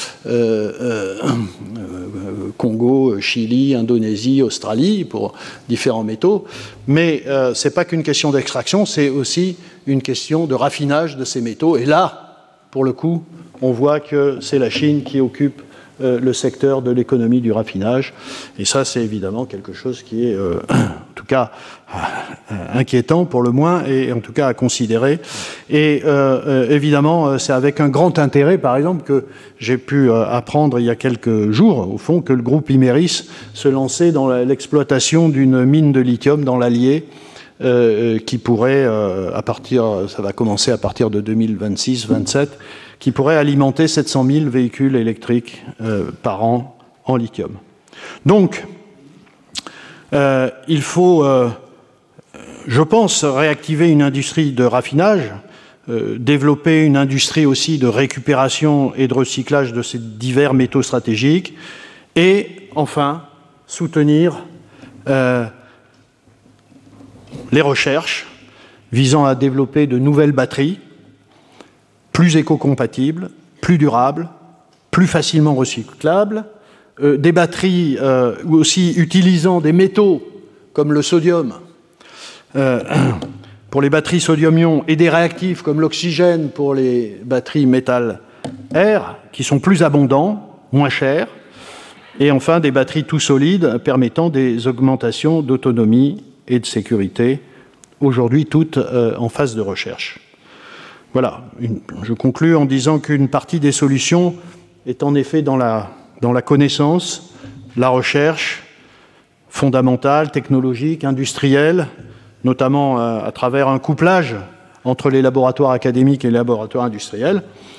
S2: Congo, Chili, Indonésie, Australie, pour différents métaux. Mais ce n'est pas qu'une question d'extraction, c'est aussi une question de raffinage de ces métaux. Et là, pour le coup, on voit que c'est la Chine qui occupe le secteur de l'économie du raffinage. Et ça, c'est évidemment quelque chose qui est, en tout cas, inquiétant pour le moins, et en tout cas à considérer. Et évidemment, c'est avec un grand intérêt, par exemple, que j'ai pu apprendre il y a quelques jours, au fond, que le groupe Imerys se lançait dans l'exploitation d'une mine de lithium dans l'Allier, qui pourrait, ça va commencer à partir de 2026-27, qui pourrait alimenter 700 000 véhicules électriques par an en lithium. Donc, il faut, je pense, réactiver une industrie de raffinage, développer une industrie aussi de récupération et de recyclage de ces divers métaux stratégiques, et enfin, soutenir les recherches visant à développer de nouvelles batteries plus éco-compatibles, plus durables, plus facilement recyclables, des batteries aussi utilisant des métaux comme le sodium pour les batteries sodium-ion et des réactifs comme l'oxygène pour les batteries métal-air qui sont plus abondants, moins chers, et enfin des batteries tout solides permettant des augmentations d'autonomie et de sécurité, aujourd'hui toutes en phase de recherche. Voilà, je conclus en disant qu'une partie des solutions est en effet dans la connaissance, la recherche fondamentale, technologique, industrielle, notamment à travers un couplage entre les laboratoires académiques et les laboratoires industriels,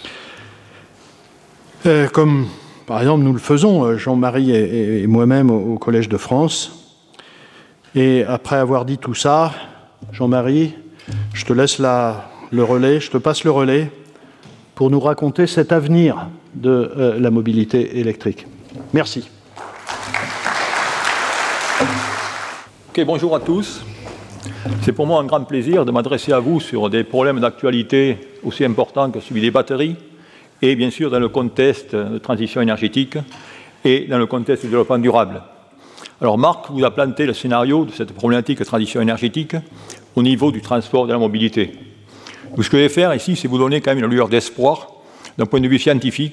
S2: comme par exemple nous le faisons, Jean-Marie et moi-même au Collège de France. Et après avoir dit tout ça, Jean-Marie, je te laisse le relais, je te passe le relais pour nous raconter cet avenir de la mobilité électrique. Merci.
S3: Ok, bonjour à tous. C'est pour moi un grand plaisir de m'adresser à vous sur des problèmes d'actualité aussi importants que celui des batteries, et bien sûr dans le contexte de transition énergétique et dans le contexte du développement durable. Alors Marc vous a planté le scénario de cette problématique de transition énergétique au niveau du transport et de la mobilité. Donc, ce que je vais faire ici, c'est vous donner quand même une lueur d'espoir d'un point de vue scientifique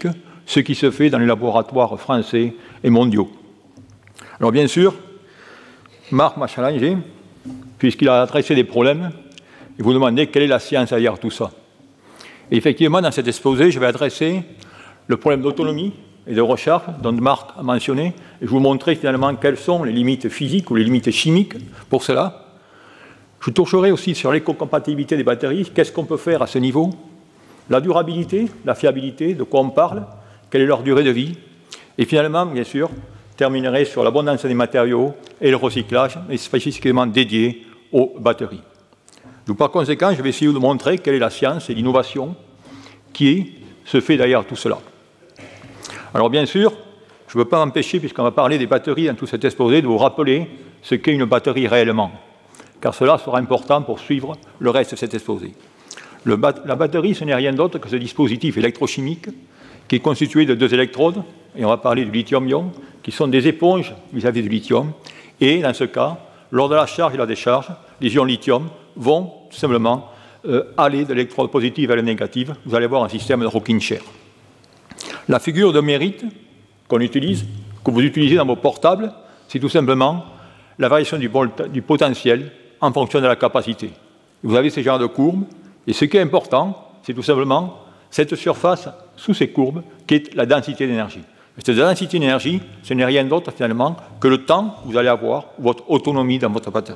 S3: ce qui se fait dans les laboratoires français et mondiaux. Alors bien sûr, Marc m'a challengé, puisqu'il a adressé des problèmes, et vous demandez quelle est la science derrière tout ça. Et effectivement, dans cet exposé, je vais adresser le problème d'autonomie et de recharge dont Marc a mentionné, et je vais vous montrer finalement quelles sont les limites physiques ou les limites chimiques pour cela. Je toucherai aussi sur l'éco-compatibilité des batteries, qu'est-ce qu'on peut faire à ce niveau, la durabilité, la fiabilité, de quoi on parle, quelle est leur durée de vie, et finalement, bien sûr, terminerai sur l'abondance des matériaux et le recyclage, mais spécifiquement dédié aux batteries. Donc, par conséquent, je vais essayer de vous montrer quelle est la science et l'innovation qui se fait derrière tout cela. Alors, bien sûr, je ne veux pas m'empêcher, puisqu'on va parler des batteries dans tout cet exposé, de vous rappeler ce qu'est une batterie réellement, car cela sera important pour suivre le reste de cet exposé. La batterie, ce n'est rien d'autre que ce dispositif électrochimique qui est constitué de 2 électrodes, et on va parler du lithium-ion, qui sont des éponges vis-à-vis du lithium. Et dans ce cas, lors de la charge et de la décharge, les ions lithium vont tout simplement aller de l'électrode positive à la négative. Vous allez avoir un système de rocking chair. La figure de mérite qu'on utilise, que vous utilisez dans vos portables, c'est tout simplement la variation du potentiel en fonction de la capacité. Vous avez ce genre de courbes, et ce qui est important, c'est tout simplement cette surface sous ces courbes qui est la densité d'énergie. Cette densité d'énergie, ce n'est rien d'autre finalement que le temps que vous allez avoir, votre autonomie dans votre batterie.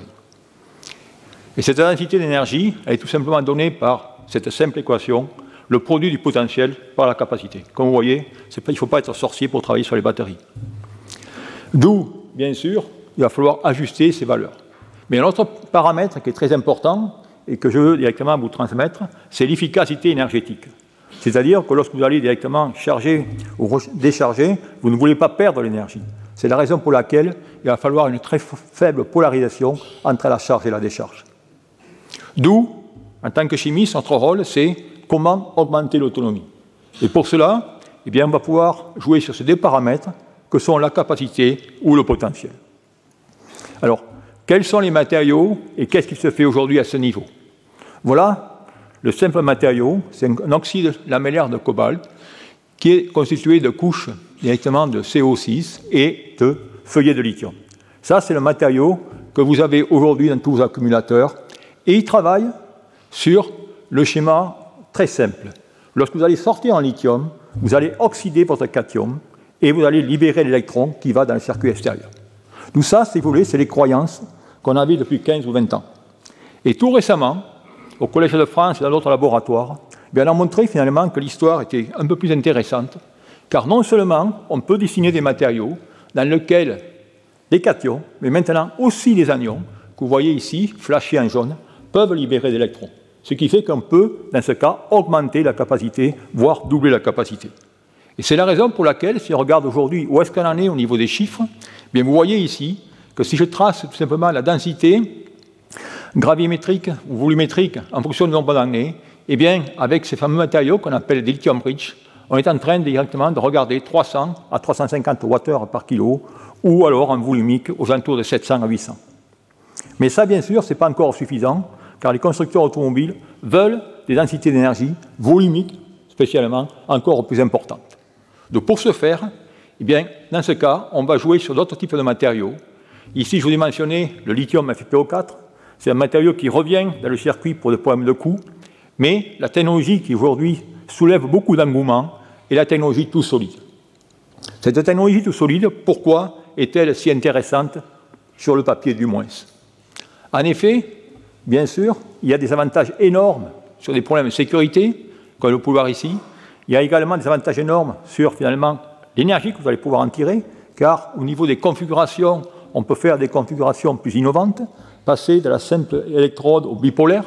S3: Et cette densité d'énergie, elle est tout simplement donnée par cette simple équation, le produit du potentiel par la capacité. Comme vous voyez, il ne faut pas être sorcier pour travailler sur les batteries. D'où, bien sûr, il va falloir ajuster ces valeurs. Mais un autre paramètre qui est très important et que je veux directement vous transmettre, c'est l'efficacité énergétique. C'est-à-dire que lorsque vous allez directement charger ou décharger, vous ne voulez pas perdre l'énergie. C'est la raison pour laquelle il va falloir une très faible polarisation entre la charge et la décharge. D'où, en tant que chimiste, notre rôle, c'est comment augmenter l'autonomie. Et pour cela, eh bien, on va pouvoir jouer sur ces 2 paramètres que sont la capacité ou le potentiel. Alors, quels sont les matériaux et qu'est-ce qui se fait aujourd'hui à ce niveau? Voilà le simple matériau, c'est un oxyde lamellaire de cobalt qui est constitué de couches directement de CO6 et de feuillets de lithium. Ça, c'est le matériau que vous avez aujourd'hui dans tous vos accumulateurs et il travaille sur le schéma très simple. Lorsque vous allez sortir en lithium, vous allez oxyder votre cation et vous allez libérer l'électron qui va dans le circuit extérieur. Tout ça, si vous voulez, c'est les croyances qu'on avait depuis 15 ou 20 ans. Et tout récemment, au Collège de France et dans d'autres laboratoires, on a montré finalement que l'histoire était un peu plus intéressante, car non seulement on peut dessiner des matériaux dans lesquels les cations, mais maintenant aussi les anions, que vous voyez ici, flashés en jaune, peuvent libérer des électrons. Ce qui fait qu'on peut, dans ce cas, augmenter la capacité, voire doubler la capacité. Et c'est la raison pour laquelle, si on regarde aujourd'hui où est-ce qu'on en est au niveau des chiffres, bien vous voyez ici que si je trace tout simplement la densité gravimétrique ou volumétrique en fonction du nombre d'années, eh bien, avec ces fameux matériaux qu'on appelle des lithium rich, on est en train directement de regarder 300 à 350 Wh par kilo, ou alors en volumique aux alentours de 700 à 800. Mais ça, bien sûr, ce n'est pas encore suffisant, car les constructeurs automobiles veulent des densités d'énergie volumiques, spécialement, encore plus importantes. Donc, pour ce faire, eh bien, dans ce cas, on va jouer sur d'autres types de matériaux. Ici, je vous ai mentionné le lithium FePO4. C'est un matériau qui revient dans le circuit pour des problèmes de coût, mais la technologie qui aujourd'hui soulève beaucoup d'engouement est la technologie tout solide. Cette technologie tout solide, pourquoi est-elle si intéressante sur le papier du moins? En effet, bien sûr, il y a des avantages énormes sur des problèmes de sécurité, comme le pouvoir ici. Il y a également des avantages énormes sur finalement l'énergie que vous allez pouvoir en tirer, car au niveau des configurations, on peut faire des configurations plus innovantes, passer de la simple électrode au bipolaire,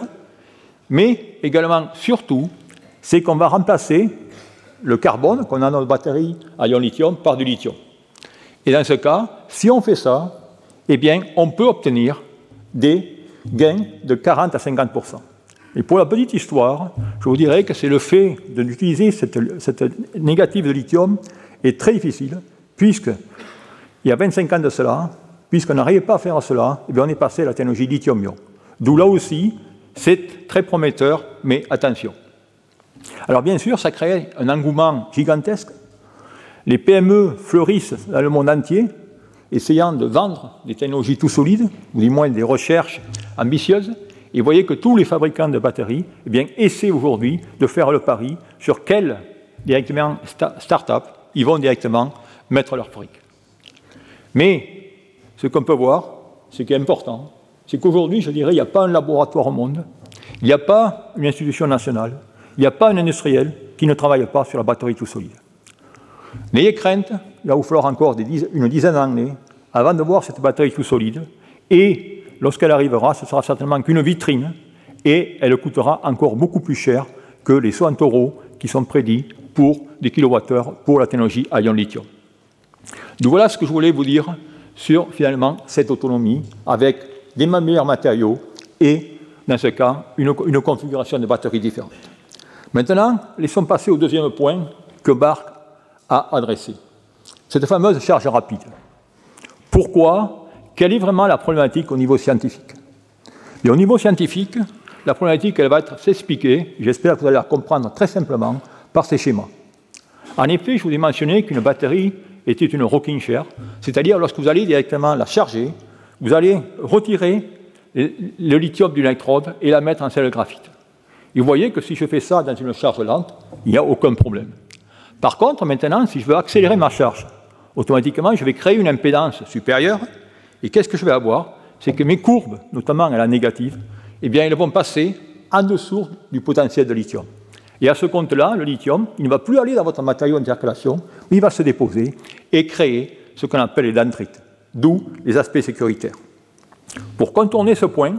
S3: mais également, surtout, c'est qu'on va remplacer le carbone qu'on a dans notre batterie à ion lithium par du lithium. Et dans ce cas, si on fait ça, eh bien, on peut obtenir des gains de 40 à 50%. Et pour la petite histoire, je vous dirais que c'est le fait d'utiliser cette négative de lithium est très difficile, puisqu'il y a 25 ans de cela, puisqu'on n'arrivait pas à faire cela, eh bien on est passé à la technologie lithium-ion. D'où là aussi, c'est très prometteur, mais attention. Alors bien sûr, ça crée un engouement gigantesque. Les PME fleurissent dans le monde entier, essayant de vendre des technologies tout solides, ou du moins des recherches ambitieuses. Et vous voyez que tous les fabricants de batteries essaient aujourd'hui de faire le pari sur quelle directement start-up ils vont directement mettre leur fric. Mais ce qu'on peut voir, ce qui est important, c'est qu'aujourd'hui, je dirais, il n'y a pas un laboratoire au monde, il n'y a pas une institution nationale, il n'y a pas un industriel qui ne travaille pas sur la batterie tout solide. N'ayez crainte, il va vous falloir encore une dizaine d'années avant de voir cette batterie tout solide, et lorsqu'elle arrivera, ce sera certainement qu'une vitrine, et elle coûtera encore beaucoup plus cher que les 60 € qui sont prédits pour des kilowattheures pour la technologie à ion lithium. Donc voilà ce que je voulais vous dire sur finalement cette autonomie avec des meilleurs matériaux et, dans ce cas, une configuration de batterie différente. Maintenant, laissons passer au deuxième point que Bach a adressé. Cette fameuse charge rapide. Pourquoi? Quelle est vraiment la problématique au niveau scientifique? Et au niveau scientifique, la problématique, elle va s'expliquer, j'espère que vous allez la comprendre très simplement, par ces schémas. En effet, je vous ai mentionné qu'une batterie était une rocking chair, c'est-à-dire lorsque vous allez directement la charger, vous allez retirer le lithium d'une électrode et la mettre en sel de graphite. Et vous voyez que si je fais ça dans une charge lente, il n'y a aucun problème. Par contre, maintenant, si je veux accélérer ma charge, automatiquement, je vais créer une impédance supérieure. Et qu'est-ce que je vais avoir? C'est que mes courbes, notamment à la négative, elles vont passer en dessous du potentiel de lithium. Et à ce compte-là, le lithium, il ne va plus aller dans votre matériau en circulation, mais il va se déposer et créer ce qu'on appelle les dendrites, d'où les aspects sécuritaires. Pour contourner ce point,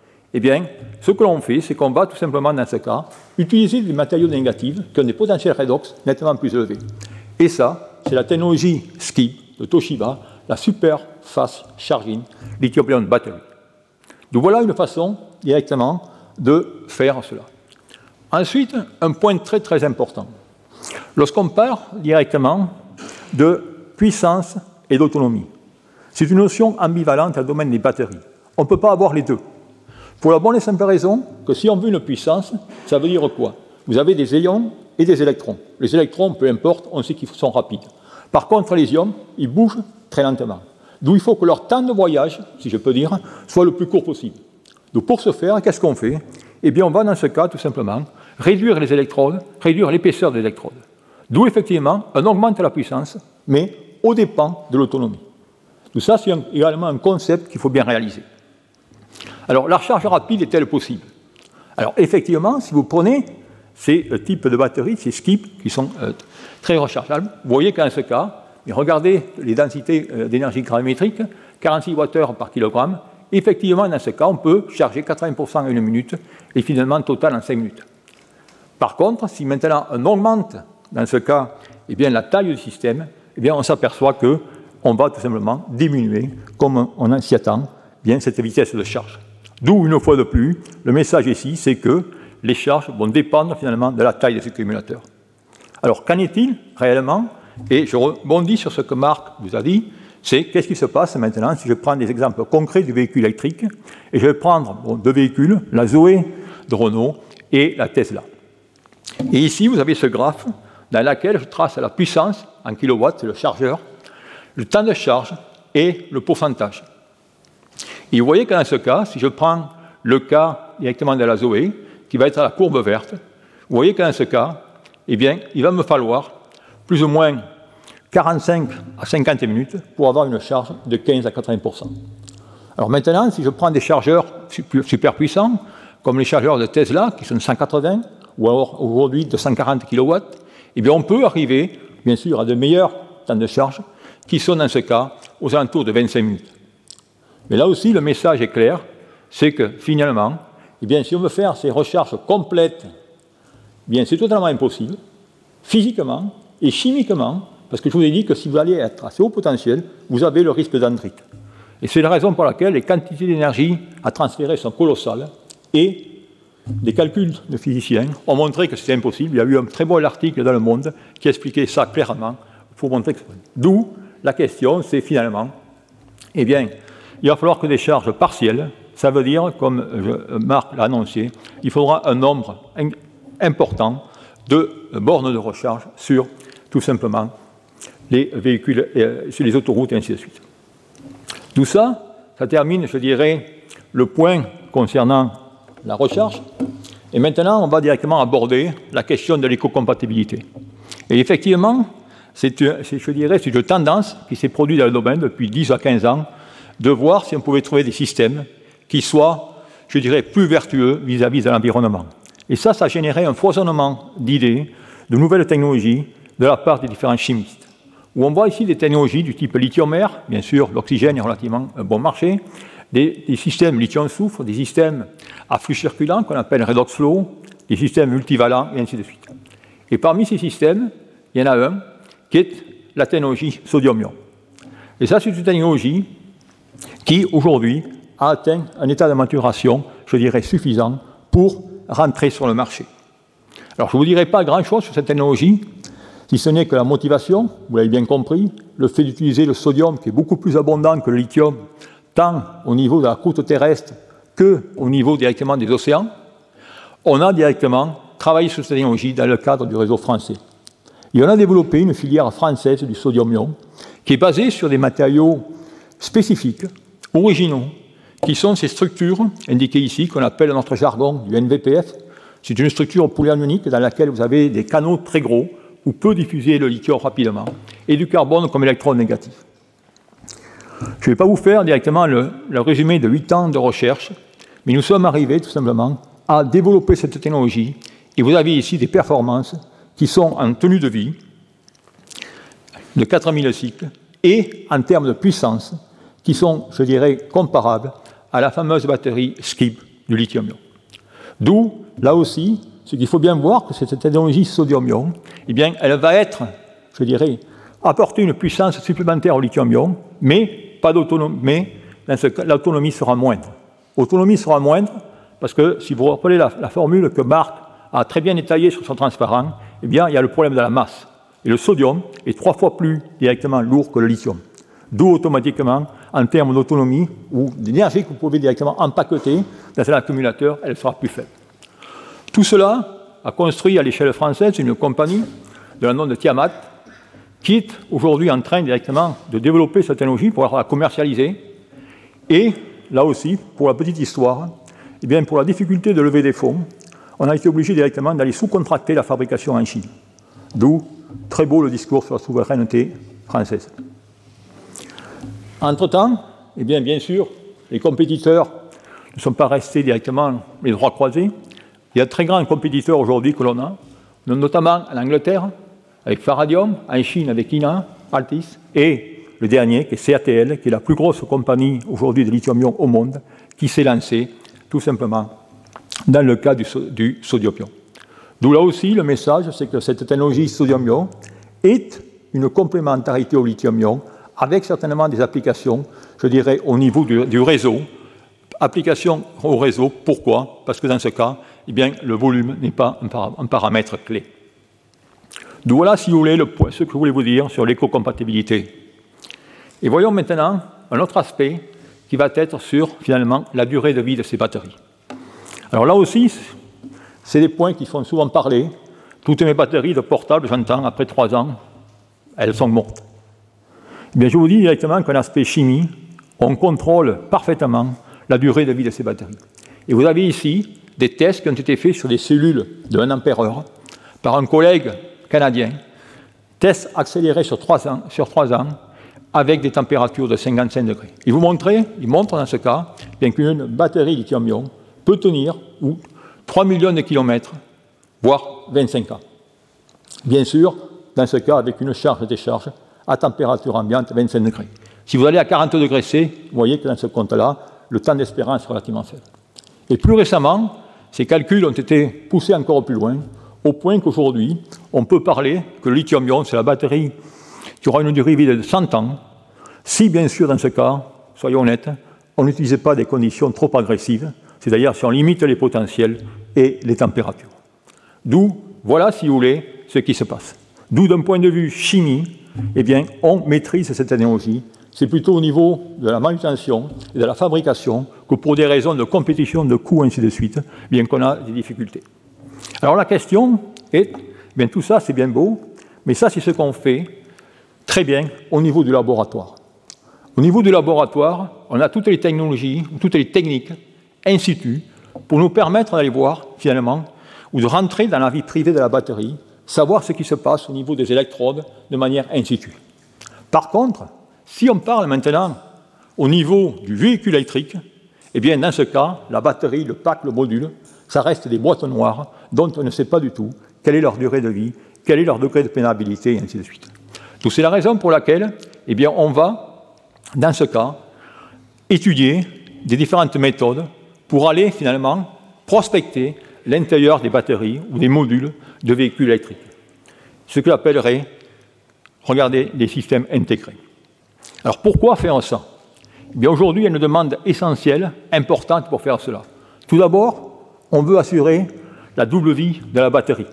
S3: ce que l'on fait, c'est qu'on va tout simplement, dans ce cas, utiliser des matériaux négatifs qui ont des potentiels redox nettement plus élevés. Et ça, c'est la technologie SCIB de Toshiba, la Super Fast Charging Lithium-Ion Battery. Donc voilà une façon directement de faire cela. Ensuite, un point très très important. Lorsqu'on parle directement de puissance et d'autonomie, c'est une notion ambivalente dans le domaine des batteries. On ne peut pas avoir les deux. Pour la bonne et simple raison que si on veut une puissance, ça veut dire quoi? Vous avez des ions et des électrons. Les électrons, peu importe, on sait qu'ils sont rapides. Par contre, les ions, ils bougent très lentement. D'où il faut que leur temps de voyage, si je peux dire, soit le plus court possible. Donc pour ce faire, qu'est-ce qu'on fait? On va dans ce cas, tout simplement, réduire les électrodes, réduire l'épaisseur des électrodes. D'où, effectivement, on augmente la puissance, mais au dépens de l'autonomie. Tout ça, c'est également un concept qu'il faut bien réaliser. Alors, la recharge rapide est-elle possible? Alors, effectivement, si vous prenez ces types de batteries, ces SCIB, qui sont très rechargeables, vous voyez qu'en ce cas, regardez les densités d'énergie gravimétrique, 46 Wh par kilogramme. Effectivement, dans ce cas, on peut charger 80% en 1 minute et finalement total en 5 minutes. Par contre, si maintenant on augmente, dans ce cas, la taille du système, on s'aperçoit qu'on va tout simplement diminuer, comme on s'y attend, cette vitesse de charge. D'où, une fois de plus, le message ici, c'est que les charges vont dépendre finalement de la taille des accumulateurs. Alors, qu'en est-il réellement? Et je rebondis sur ce que Marc vous a dit, c'est qu'est-ce qui se passe maintenant si je prends des exemples concrets du véhicule électrique, et je vais prendre deux véhicules, la Zoé de Renault et la Tesla. Et ici, vous avez ce graphe dans lequel je trace la puissance en kilowatts, c'est le chargeur, le temps de charge et le pourcentage. Et vous voyez que dans ce cas, si je prends le cas directement de la Zoé, qui va être à la courbe verte, vous voyez que dans ce cas, il va me falloir plus ou moins 45 à 50 minutes pour avoir une charge de 15 à 80%. Alors maintenant, si je prends des chargeurs super puissants, comme les chargeurs de Tesla, qui sont de 180, ou alors aujourd'hui de 140 kW, on peut arriver, bien sûr, à de meilleurs temps de charge, qui sont dans ce cas aux alentours de 25 minutes. Mais là aussi, le message est clair, c'est que finalement, si on veut faire ces recharges complètes, c'est totalement impossible, physiquement et chimiquement, parce que je vous ai dit que si vous allez être assez haut potentiel, vous avez le risque d'andrite. Et c'est la raison pour laquelle les quantités d'énergie à transférer sont colossales, et des calculs de physiciens ont montré que c'était impossible. Il y a eu un très beau article dans Le Monde qui expliquait ça clairement, pour montrer que... D'où la question, c'est finalement, il va falloir que des charges partielles, ça veut dire, comme Marc l'a annoncé, il faudra un nombre important de bornes de recharge sur, tout simplement, les véhicules sur les autoroutes et ainsi de suite. Tout ça, ça termine, je dirais, le point concernant la recherche. Et maintenant, on va directement aborder la question de l'écocompatibilité. Et effectivement, c'est une tendance qui s'est produite dans le domaine depuis 10 à 15 ans, de voir si on pouvait trouver des systèmes qui soient, je dirais, plus vertueux vis-à-vis de l'environnement. Et ça a généré un foisonnement d'idées, de nouvelles technologies de la part des différents chimistes. Où on voit ici des technologies du type lithium-air, bien sûr, l'oxygène est relativement un bon marché, des systèmes lithium-soufre, des systèmes à flux circulant qu'on appelle redox flow, des systèmes multivalents, et ainsi de suite. Et parmi ces systèmes, il y en a un qui est la technologie sodium-ion. Et ça, c'est une technologie qui, aujourd'hui, a atteint un état de maturation, je dirais, suffisant pour rentrer sur le marché. Alors, je ne vous dirai pas grand-chose sur cette technologie, si ce n'est que la motivation, vous l'avez bien compris, le fait d'utiliser le sodium, qui est beaucoup plus abondant que le lithium, tant au niveau de la croûte terrestre qu'au niveau directement des océans. On a directement travaillé sur cette technologie dans le cadre du réseau français. Et on a développé une filière française du sodium-ion qui est basée sur des matériaux spécifiques, originaux, qui sont ces structures indiquées ici, qu'on appelle dans notre jargon du NVPF. C'est une structure polyanionique dans laquelle vous avez des canaux très gros où peut diffuser le lithium rapidement et du carbone comme électrode négatif. Je ne vais pas vous faire directement le résumé de 8 ans de recherche, mais nous sommes arrivés tout simplement à développer cette technologie et vous avez ici des performances qui sont en tenue de vie de 4000 cycles et en termes de puissance qui sont, je dirais, comparables à la fameuse batterie SCIB du lithium-ion. D'où, là aussi, ce qu'il faut bien voir que cette technologie sodium-ion, eh bien, elle va être, je dirais, apporter une puissance supplémentaire au lithium-ion, mais pas d'autonomie, mais dans ce cas, l'autonomie sera moindre. L'autonomie sera moindre parce que, si vous rappelez la formule que Marc a très bien détaillée sur son transparent, eh bien, il y a le problème de la masse. Et le sodium est 3 fois plus directement lourd que le lithium. D'où, automatiquement, en termes d'autonomie ou d'énergie que vous pouvez directement empaqueter dans un accumulateur, elle sera plus faible. Tout cela a construit à l'échelle française une compagnie de la nom de Tiamat, qui est aujourd'hui en train directement de développer cette technologie pour la commercialiser. Et là aussi, pour la petite histoire, eh bien, pour la difficulté de lever des fonds, on a été obligé directement d'aller sous-contracter la fabrication en Chine. D'où très beau le discours sur la souveraineté française. Entre-temps, eh bien sûr, les compétiteurs ne sont pas restés directement les droits croisés. Il y a de très grands compétiteurs aujourd'hui que l'on a, notamment en Angleterre, avec Faradium, en Chine avec INA, Altis, et le dernier, qui est CATL, qui est la plus grosse compagnie aujourd'hui de lithium-ion au monde, qui s'est lancée tout simplement dans le cas du sodium-ion. D'où là aussi, le message, c'est que cette technologie sodium-ion est une complémentarité au lithium-ion, avec certainement des applications, je dirais, au niveau du réseau. Application au réseau, pourquoi? Parce que dans ce cas, eh bien, le volume n'est pas un paramètre clé. D'où voilà, si vous voulez, ce que je voulais vous dire sur l'écocompatibilité. Et voyons maintenant un autre aspect qui va être sur, finalement, la durée de vie de ces batteries. Alors là aussi, c'est des points qui font souvent parler. Toutes mes batteries de portable, j'entends, après 3 ans, elles sont mortes. Eh bien, je vous dis directement qu'un aspect chimie, on contrôle parfaitement la durée de vie de ces batteries. Et vous avez ici des tests qui ont été faits sur des cellules de 1 ampère-heure par un collègue canadien, tests accélérés sur 3 ans avec des températures de 55 degrés. Il montre dans ce cas bien qu'une batterie lithium-ion peut tenir 3 millions de kilomètres, voire 25 ans. Bien sûr, dans ce cas, avec une charge-décharge à température ambiante 25 degrés. Si vous allez à 40 degrés C, vous voyez que dans ce compte-là, le temps d'espérance est relativement faible. Et plus récemment, ces calculs ont été poussés encore plus loin, au point qu'aujourd'hui, on peut parler que le lithium-ion, c'est la batterie qui aura une durée de vie de 100 ans, si bien sûr, dans ce cas, soyons honnêtes, on n'utilisait pas des conditions trop agressives, c'est-à-dire si on limite les potentiels et les températures. D'où, voilà, si vous voulez, ce qui se passe. D'où, d'un point de vue chimie, eh bien, on maîtrise cette technologie. C'est plutôt au niveau de la manutention et de la fabrication que pour des raisons de compétition, de coûts, ainsi de suite, bien qu'on a des difficultés. Alors la question est, bien tout ça c'est bien beau, mais ça c'est ce qu'on fait très bien au niveau du laboratoire. Au niveau du laboratoire, on a toutes les technologies, toutes les techniques in situ pour nous permettre d'aller voir, finalement, ou de rentrer dans la vie privée de la batterie, savoir ce qui se passe au niveau des électrodes de manière in situ. Par contre, si on parle maintenant au niveau du véhicule électrique, eh bien, dans ce cas, la batterie, le pack, le module, ça reste des boîtes noires dont on ne sait pas du tout quelle est leur durée de vie, quel est leur degré de pénibilité, et ainsi de suite. Donc, c'est la raison pour laquelle, eh bien, on va, dans ce cas, étudier des différentes méthodes pour aller, finalement, prospecter l'intérieur des batteries ou des modules de véhicules électriques. Ce que j'appellerais, regardez, des systèmes intégrés. Alors, pourquoi faire ça? Eh bien, aujourd'hui, il y a une demande essentielle, importante pour faire cela. Tout d'abord, on veut assurer la double vie de la batterie.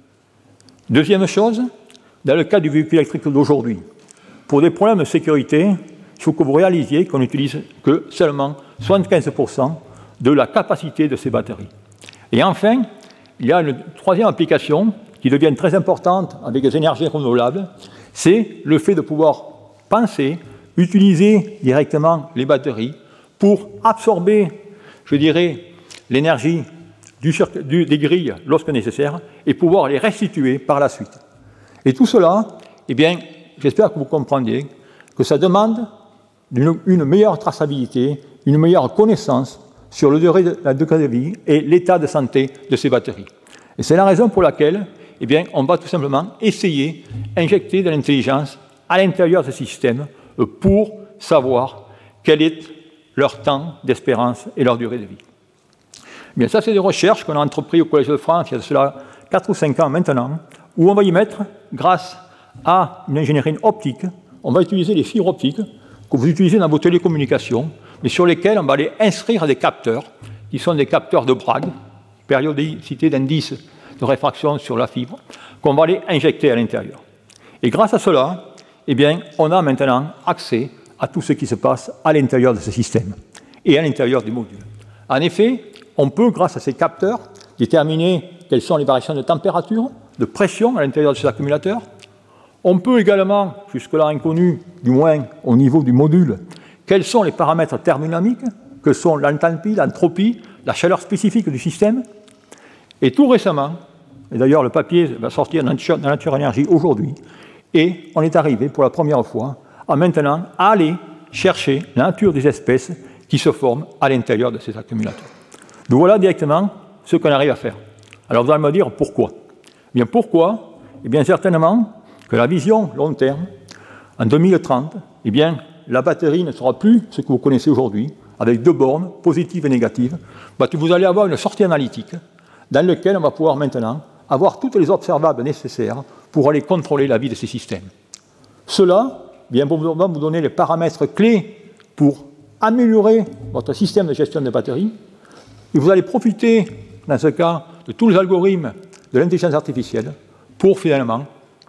S3: Deuxième chose, dans le cas du véhicule électrique d'aujourd'hui, pour des problèmes de sécurité, il faut que vous réalisiez qu'on n'utilise que seulement 75% de la capacité de ces batteries. Et enfin, il y a une troisième application qui devient très importante avec les énergies renouvelables, c'est le fait de pouvoir penser, utiliser directement les batteries pour absorber, je dirais, l'énergie des grilles lorsque nécessaire et pouvoir les restituer par la suite. Et tout cela, eh bien, j'espère que vous comprendiez que ça demande une meilleure traçabilité, une meilleure connaissance sur la durée de vie et l'état de santé de ces batteries. Et c'est la raison pour laquelle, eh bien, on va tout simplement essayer d'injecter de l'intelligence à l'intérieur de ce système pour savoir quel est leur temps d'espérance et leur durée de vie. Bien, ça, c'est des recherches qu'on a entreprises au Collège de France il y a cela 4 ou 5 ans maintenant, où on va y mettre, grâce à une ingénierie optique, on va utiliser les fibres optiques que vous utilisez dans vos télécommunications, mais sur lesquelles on va aller inscrire des capteurs, qui sont des capteurs de Bragg, périodicité d'indice de réfraction sur la fibre, qu'on va aller injecter à l'intérieur. Et grâce à cela, eh bien, on a maintenant accès à tout ce qui se passe à l'intérieur de ce système et à l'intérieur du module. En effet, on peut, grâce à ces capteurs, déterminer quelles sont les variations de température, de pression à l'intérieur de ces accumulateurs. On peut également, jusque-là inconnu, du moins au niveau du module, quels sont les paramètres thermodynamiques, que sont l'enthalpie, l'entropie, la chaleur spécifique du système. Et tout récemment, et d'ailleurs le papier va sortir dans Nature Énergie aujourd'hui, et on est arrivé pour la première fois à maintenant aller chercher la nature des espèces qui se forment à l'intérieur de ces accumulateurs. Donc voilà directement ce qu'on arrive à faire. Alors vous allez me dire pourquoi? Eh bien pourquoi? Eh bien certainement que la vision long terme, en 2030, eh bien la batterie ne sera plus ce que vous connaissez aujourd'hui, avec 2 bornes, positives et négatives, que vous allez avoir une sortie analytique dans laquelle on va pouvoir maintenant avoir toutes les observables nécessaires pour aller contrôler la vie de ces systèmes. Cela va vous donner les paramètres clés pour améliorer votre système de gestion de batterie, et vous allez profiter, dans ce cas, de tous les algorithmes de l'intelligence artificielle pour finalement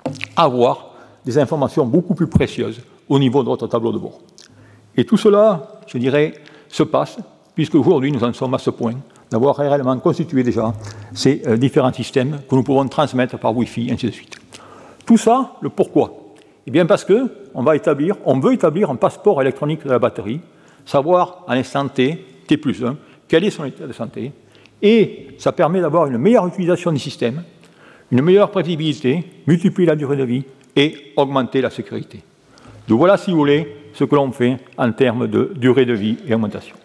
S3: avoir des informations beaucoup plus précieuses au niveau de votre tableau de bord. Et tout cela, je dirais, se passe, puisque aujourd'hui nous en sommes à ce point d'avoir réellement constitué déjà ces différents systèmes que nous pouvons transmettre par Wi-Fi, et ainsi de suite. Tout ça, le pourquoi? Eh bien parce qu'on veut établir un passeport électronique de la batterie, savoir à l'instant T, T+1, quel est son état de santé, et ça permet d'avoir une meilleure utilisation du système, une meilleure prévisibilité, multiplier la durée de vie et augmenter la sécurité. Donc voilà, si vous voulez, ce que l'on fait en termes de durée de vie et augmentation.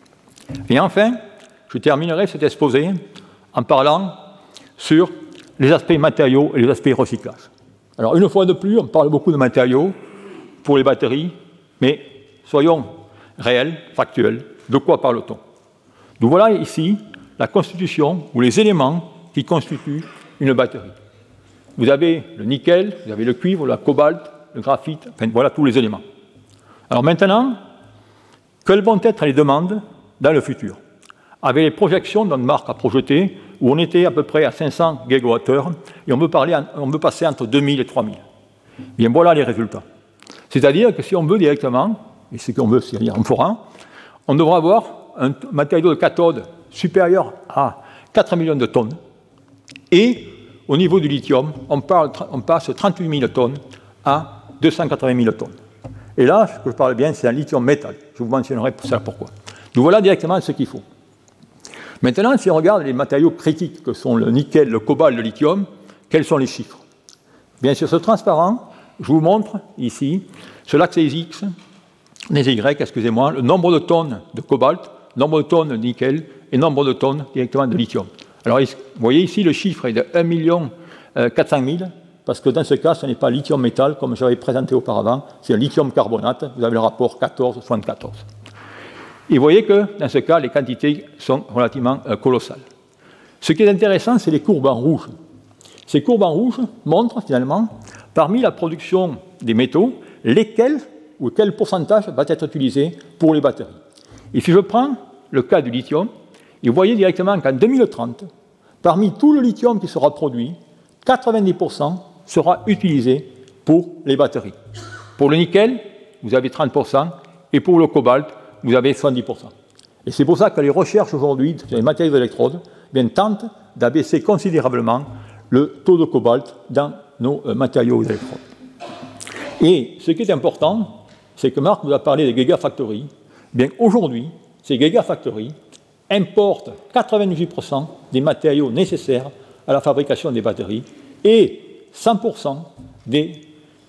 S3: Et enfin, je terminerai cet exposé en parlant sur les aspects matériaux et les aspects recyclage. Alors, une fois de plus, on parle beaucoup de matériaux pour les batteries, mais soyons réels, factuels. De quoi parle-t-on? Donc voilà ici la constitution ou les éléments qui constituent une batterie. Vous avez le nickel, vous avez le cuivre, le cobalt, le graphite, enfin voilà tous les éléments. Alors maintenant, quelles vont être les demandes dans le futur? Avec les projections dont Marc a projetées, où on était à peu près à 500 gigawattheures, et on veut passer entre 2000 et 3000. Bien voilà les résultats. C'est-à-dire que si on veut directement, et ce qu'on veut, c'est-à-dire on fera, on devra avoir un matériau de cathode supérieur à 4 millions de tonnes, et au niveau du lithium, on passe de 38 000 tonnes à 280 000 tonnes. Et là, ce que je parle bien, c'est un lithium métal. Je vous mentionnerai pour ça pourquoi. Nous voilà directement ce qu'il faut. Maintenant, si on regarde les matériaux critiques que sont le nickel, le cobalt, le lithium, quels sont les chiffres? Bien sûr, ce transparent, je vous montre ici, sur l'axe X, les Y, excusez-moi, le nombre de tonnes de cobalt, nombre de tonnes de nickel et nombre de tonnes directement de lithium. Alors, vous voyez ici, le chiffre est de 1 400 000, parce que dans ce cas, ce n'est pas lithium métal, comme j'avais présenté auparavant, c'est un lithium carbonate, vous avez le rapport 14-74. Et vous voyez que, dans ce cas, les quantités sont relativement colossales. Ce qui est intéressant, c'est les courbes en rouge. Ces courbes en rouge montrent, finalement, parmi la production des métaux, lesquels ou quel pourcentage va être utilisé pour les batteries. Et si je prends le cas du lithium, et vous voyez directement qu'en 2030, parmi tout le lithium qui sera produit, 90% sera utilisé pour les batteries. Pour le nickel, vous avez 30%, et pour le cobalt, vous avez 70%. Et c'est pour ça que les recherches aujourd'hui sur les matériaux d'électrode tentent d'abaisser considérablement le taux de cobalt dans nos matériaux d'électrode. Et ce qui est important, c'est que Marc vous a parlé des gigafactories. Aujourd'hui, ces gigafactories importent 98% des matériaux nécessaires à la fabrication des batteries et 100% des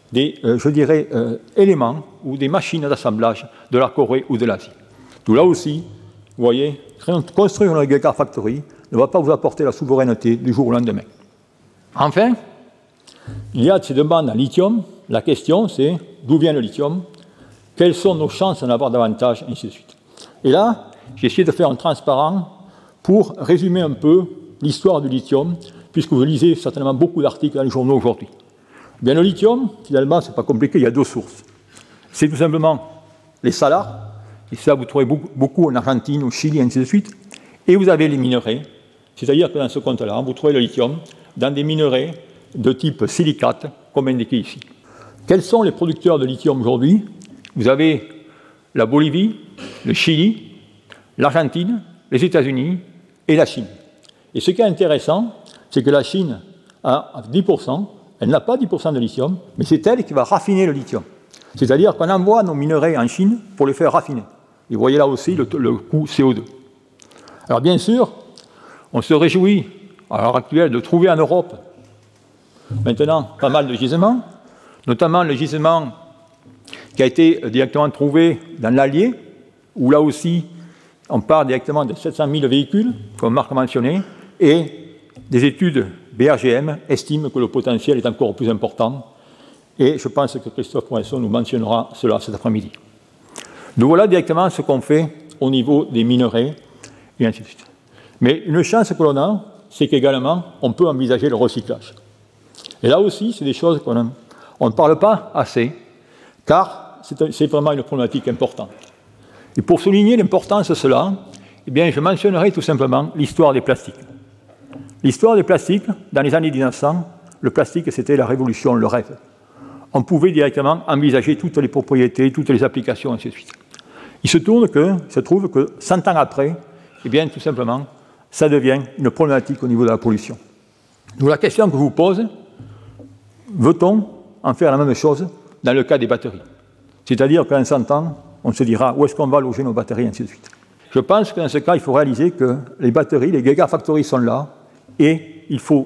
S3: éléments ou des machines d'assemblage de la Corée ou de l'Asie. Tout là aussi, vous voyez, construire une gigafactory ne va pas vous apporter la souveraineté du jour au lendemain. Enfin, il y a de ces demandes en lithium. La question, c'est d'où vient le lithium? Quelles sont nos chances d'en avoir davantage? Ainsi de suite. Et là, j'ai essayé de faire un transparent pour résumer un peu l'histoire du lithium, puisque vous lisez certainement beaucoup d'articles dans les journaux aujourd'hui. Bien, le lithium, finalement, ce n'est pas compliqué, il y a deux sources. C'est tout simplement les salars, et ça vous trouvez beaucoup en Argentine, au Chili, ainsi de suite, et vous avez les minerais, c'est-à-dire que dans ce compte-là, vous trouvez le lithium dans des minerais de type silicate, comme indiqué ici. Quels sont les producteurs de lithium aujourd'hui? Vous avez la Bolivie, le Chili, l'Argentine, les États-Unis et la Chine. Et ce qui est intéressant, c'est que la Chine a 10%, elle n'a pas 10% de lithium, mais c'est elle qui va raffiner le lithium. C'est-à-dire qu'on envoie nos minerais en Chine pour les faire raffiner. Et vous voyez là aussi le coût CO2. Alors bien sûr, on se réjouit à l'heure actuelle de trouver en Europe maintenant pas mal de gisements, notamment le gisement qui a été directement trouvé dans l'Allier, où là aussi on part directement de 700 000 véhicules, comme Marc a mentionné, et des études BRGM estiment que le potentiel est encore plus important, et je pense que Christophe Poinçon nous mentionnera cela cet après-midi. Donc voilà directement ce qu'on fait au niveau des minerais, et ainsi de suite. Mais une chance que l'on a, c'est qu'également, on peut envisager le recyclage. Et là aussi, c'est des choses qu'on ne parle pas assez, car c'est vraiment une problématique importante. Et pour souligner l'importance de cela, eh bien, je mentionnerai tout simplement l'histoire des plastiques. L'histoire des plastiques, dans les années 1900, le plastique, c'était la révolution, le rêve. On pouvait directement envisager toutes les propriétés, toutes les applications, ainsi de suite. Il se trouve que 100 ans après, eh bien, tout simplement, ça devient une problématique au niveau de la pollution. Donc la question que je vous pose, veut-on en faire la même chose dans le cas des batteries? C'est-à-dire qu'en 100 ans, on se dira où est-ce qu'on va loger nos batteries, ainsi de suite. Je pense que dans ce cas, il faut réaliser que les batteries, les gigafactories sont là, et il faut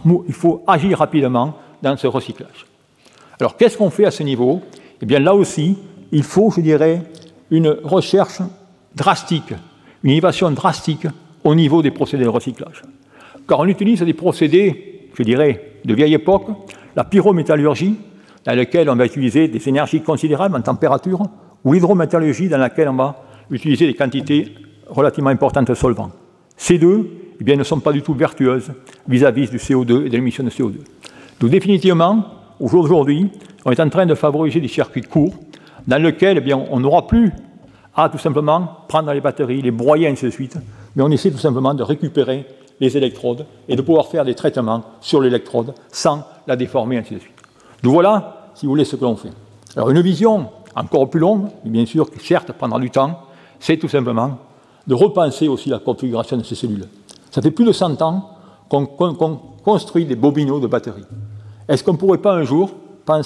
S3: agir rapidement dans ce recyclage. Alors, qu'est-ce qu'on fait à ce niveau? Eh bien, là aussi, il faut, je dirais, une recherche drastique, une innovation drastique au niveau des procédés de recyclage. Car on utilise des procédés, je dirais, de vieille époque, la pyrométallurgie, dans laquelle on va utiliser des énergies considérables en température, ou l'hydrométallurgie, dans laquelle on va utiliser des quantités relativement importantes de solvants. Ces deux, eh bien, ne sont pas du tout vertueuses vis-à-vis du CO2 et de l'émission de CO2. Donc, définitivement, au jour d'aujourd'hui, on est en train de favoriser des circuits courts, dans lesquels, eh bien, on n'aura plus à tout simplement prendre les batteries, les broyer, ainsi de suite, mais on essaie tout simplement de récupérer les électrodes et de pouvoir faire des traitements sur l'électrode sans la déformer, ainsi de suite. Donc voilà, si vous voulez, ce que l'on fait. Alors une vision encore plus longue, mais bien sûr, qui certes prendra du temps, c'est tout simplement de repenser aussi la configuration de ces cellules. Ça fait plus de 100 ans qu'on construit des bobinaux de batteries. Est-ce qu'on ne pourrait pas un jour penser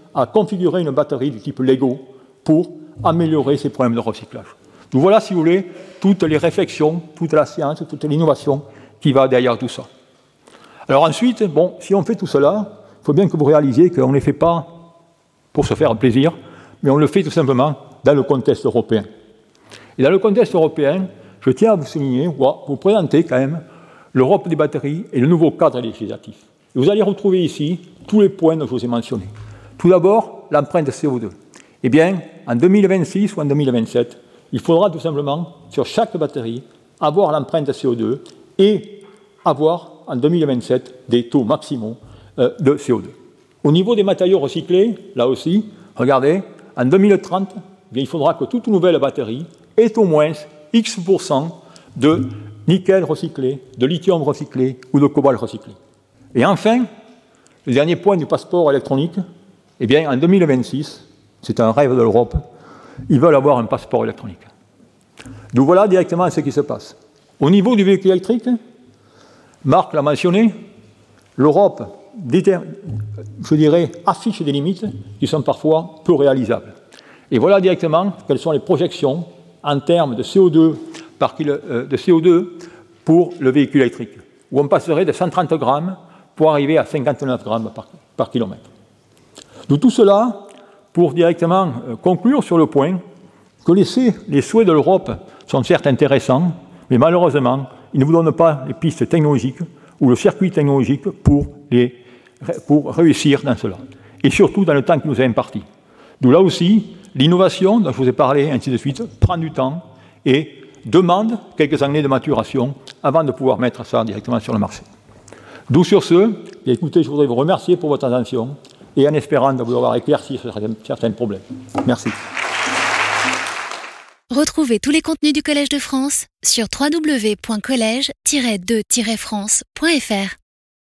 S3: à configurer une batterie du type Lego pour améliorer ces problèmes de recyclage. Donc voilà, si vous voulez, toutes les réflexions, toute la science, toute l'innovation qui va derrière tout ça. Alors ensuite, bon, si on fait tout cela, il faut bien que vous réalisiez qu'on ne les fait pas pour se faire plaisir, mais on le fait tout simplement dans le contexte européen. Et dans le contexte européen, je tiens à vous souligner, vous présenter quand même l'Europe des batteries et le nouveau cadre législatif. Et vous allez retrouver ici tous les points dont je vous ai mentionnés. Tout d'abord, l'empreinte CO2. Eh bien, en 2026 ou en 2027, il faudra tout simplement, sur chaque batterie, avoir l'empreinte CO2 et avoir, en 2027, des taux maximaux de CO2. Au niveau des matériaux recyclés, là aussi, regardez, en 2030, eh bien, il faudra que toute nouvelle batterie ait au moins X% de nickel recyclé, de lithium recyclé ou de cobalt recyclé. Et enfin, le dernier point du passeport électronique, eh bien, en 2026, c'est un rêve de l'Europe, ils veulent avoir un passeport électronique. Donc voilà directement ce qui se passe. Au niveau du véhicule électrique, Marc l'a mentionné, l'Europe, je dirais, affiche des limites qui sont parfois peu réalisables. Et voilà directement quelles sont les projections en termes de CO2, pour le véhicule électrique, où on passerait de 130 grammes pour arriver à 59 grammes par kilomètre. Donc tout cela pour directement conclure sur le point que les souhaits de l'Europe sont certes intéressants, mais malheureusement, ils ne vous donnent pas les pistes technologiques ou le circuit technologique pour réussir dans cela. Et surtout dans le temps qui nous est imparti. D'où là aussi, l'innovation dont je vous ai parlé, ainsi de suite, prend du temps et demande quelques années de maturation avant de pouvoir mettre ça directement sur le marché. D'où sur ce, écoutez, je voudrais vous remercier pour votre attention et en espérant de vous avoir éclairci sur certains problèmes. Merci.
S1: Retrouvez tous les contenus du Collège de France sur www.collège-2-france.fr.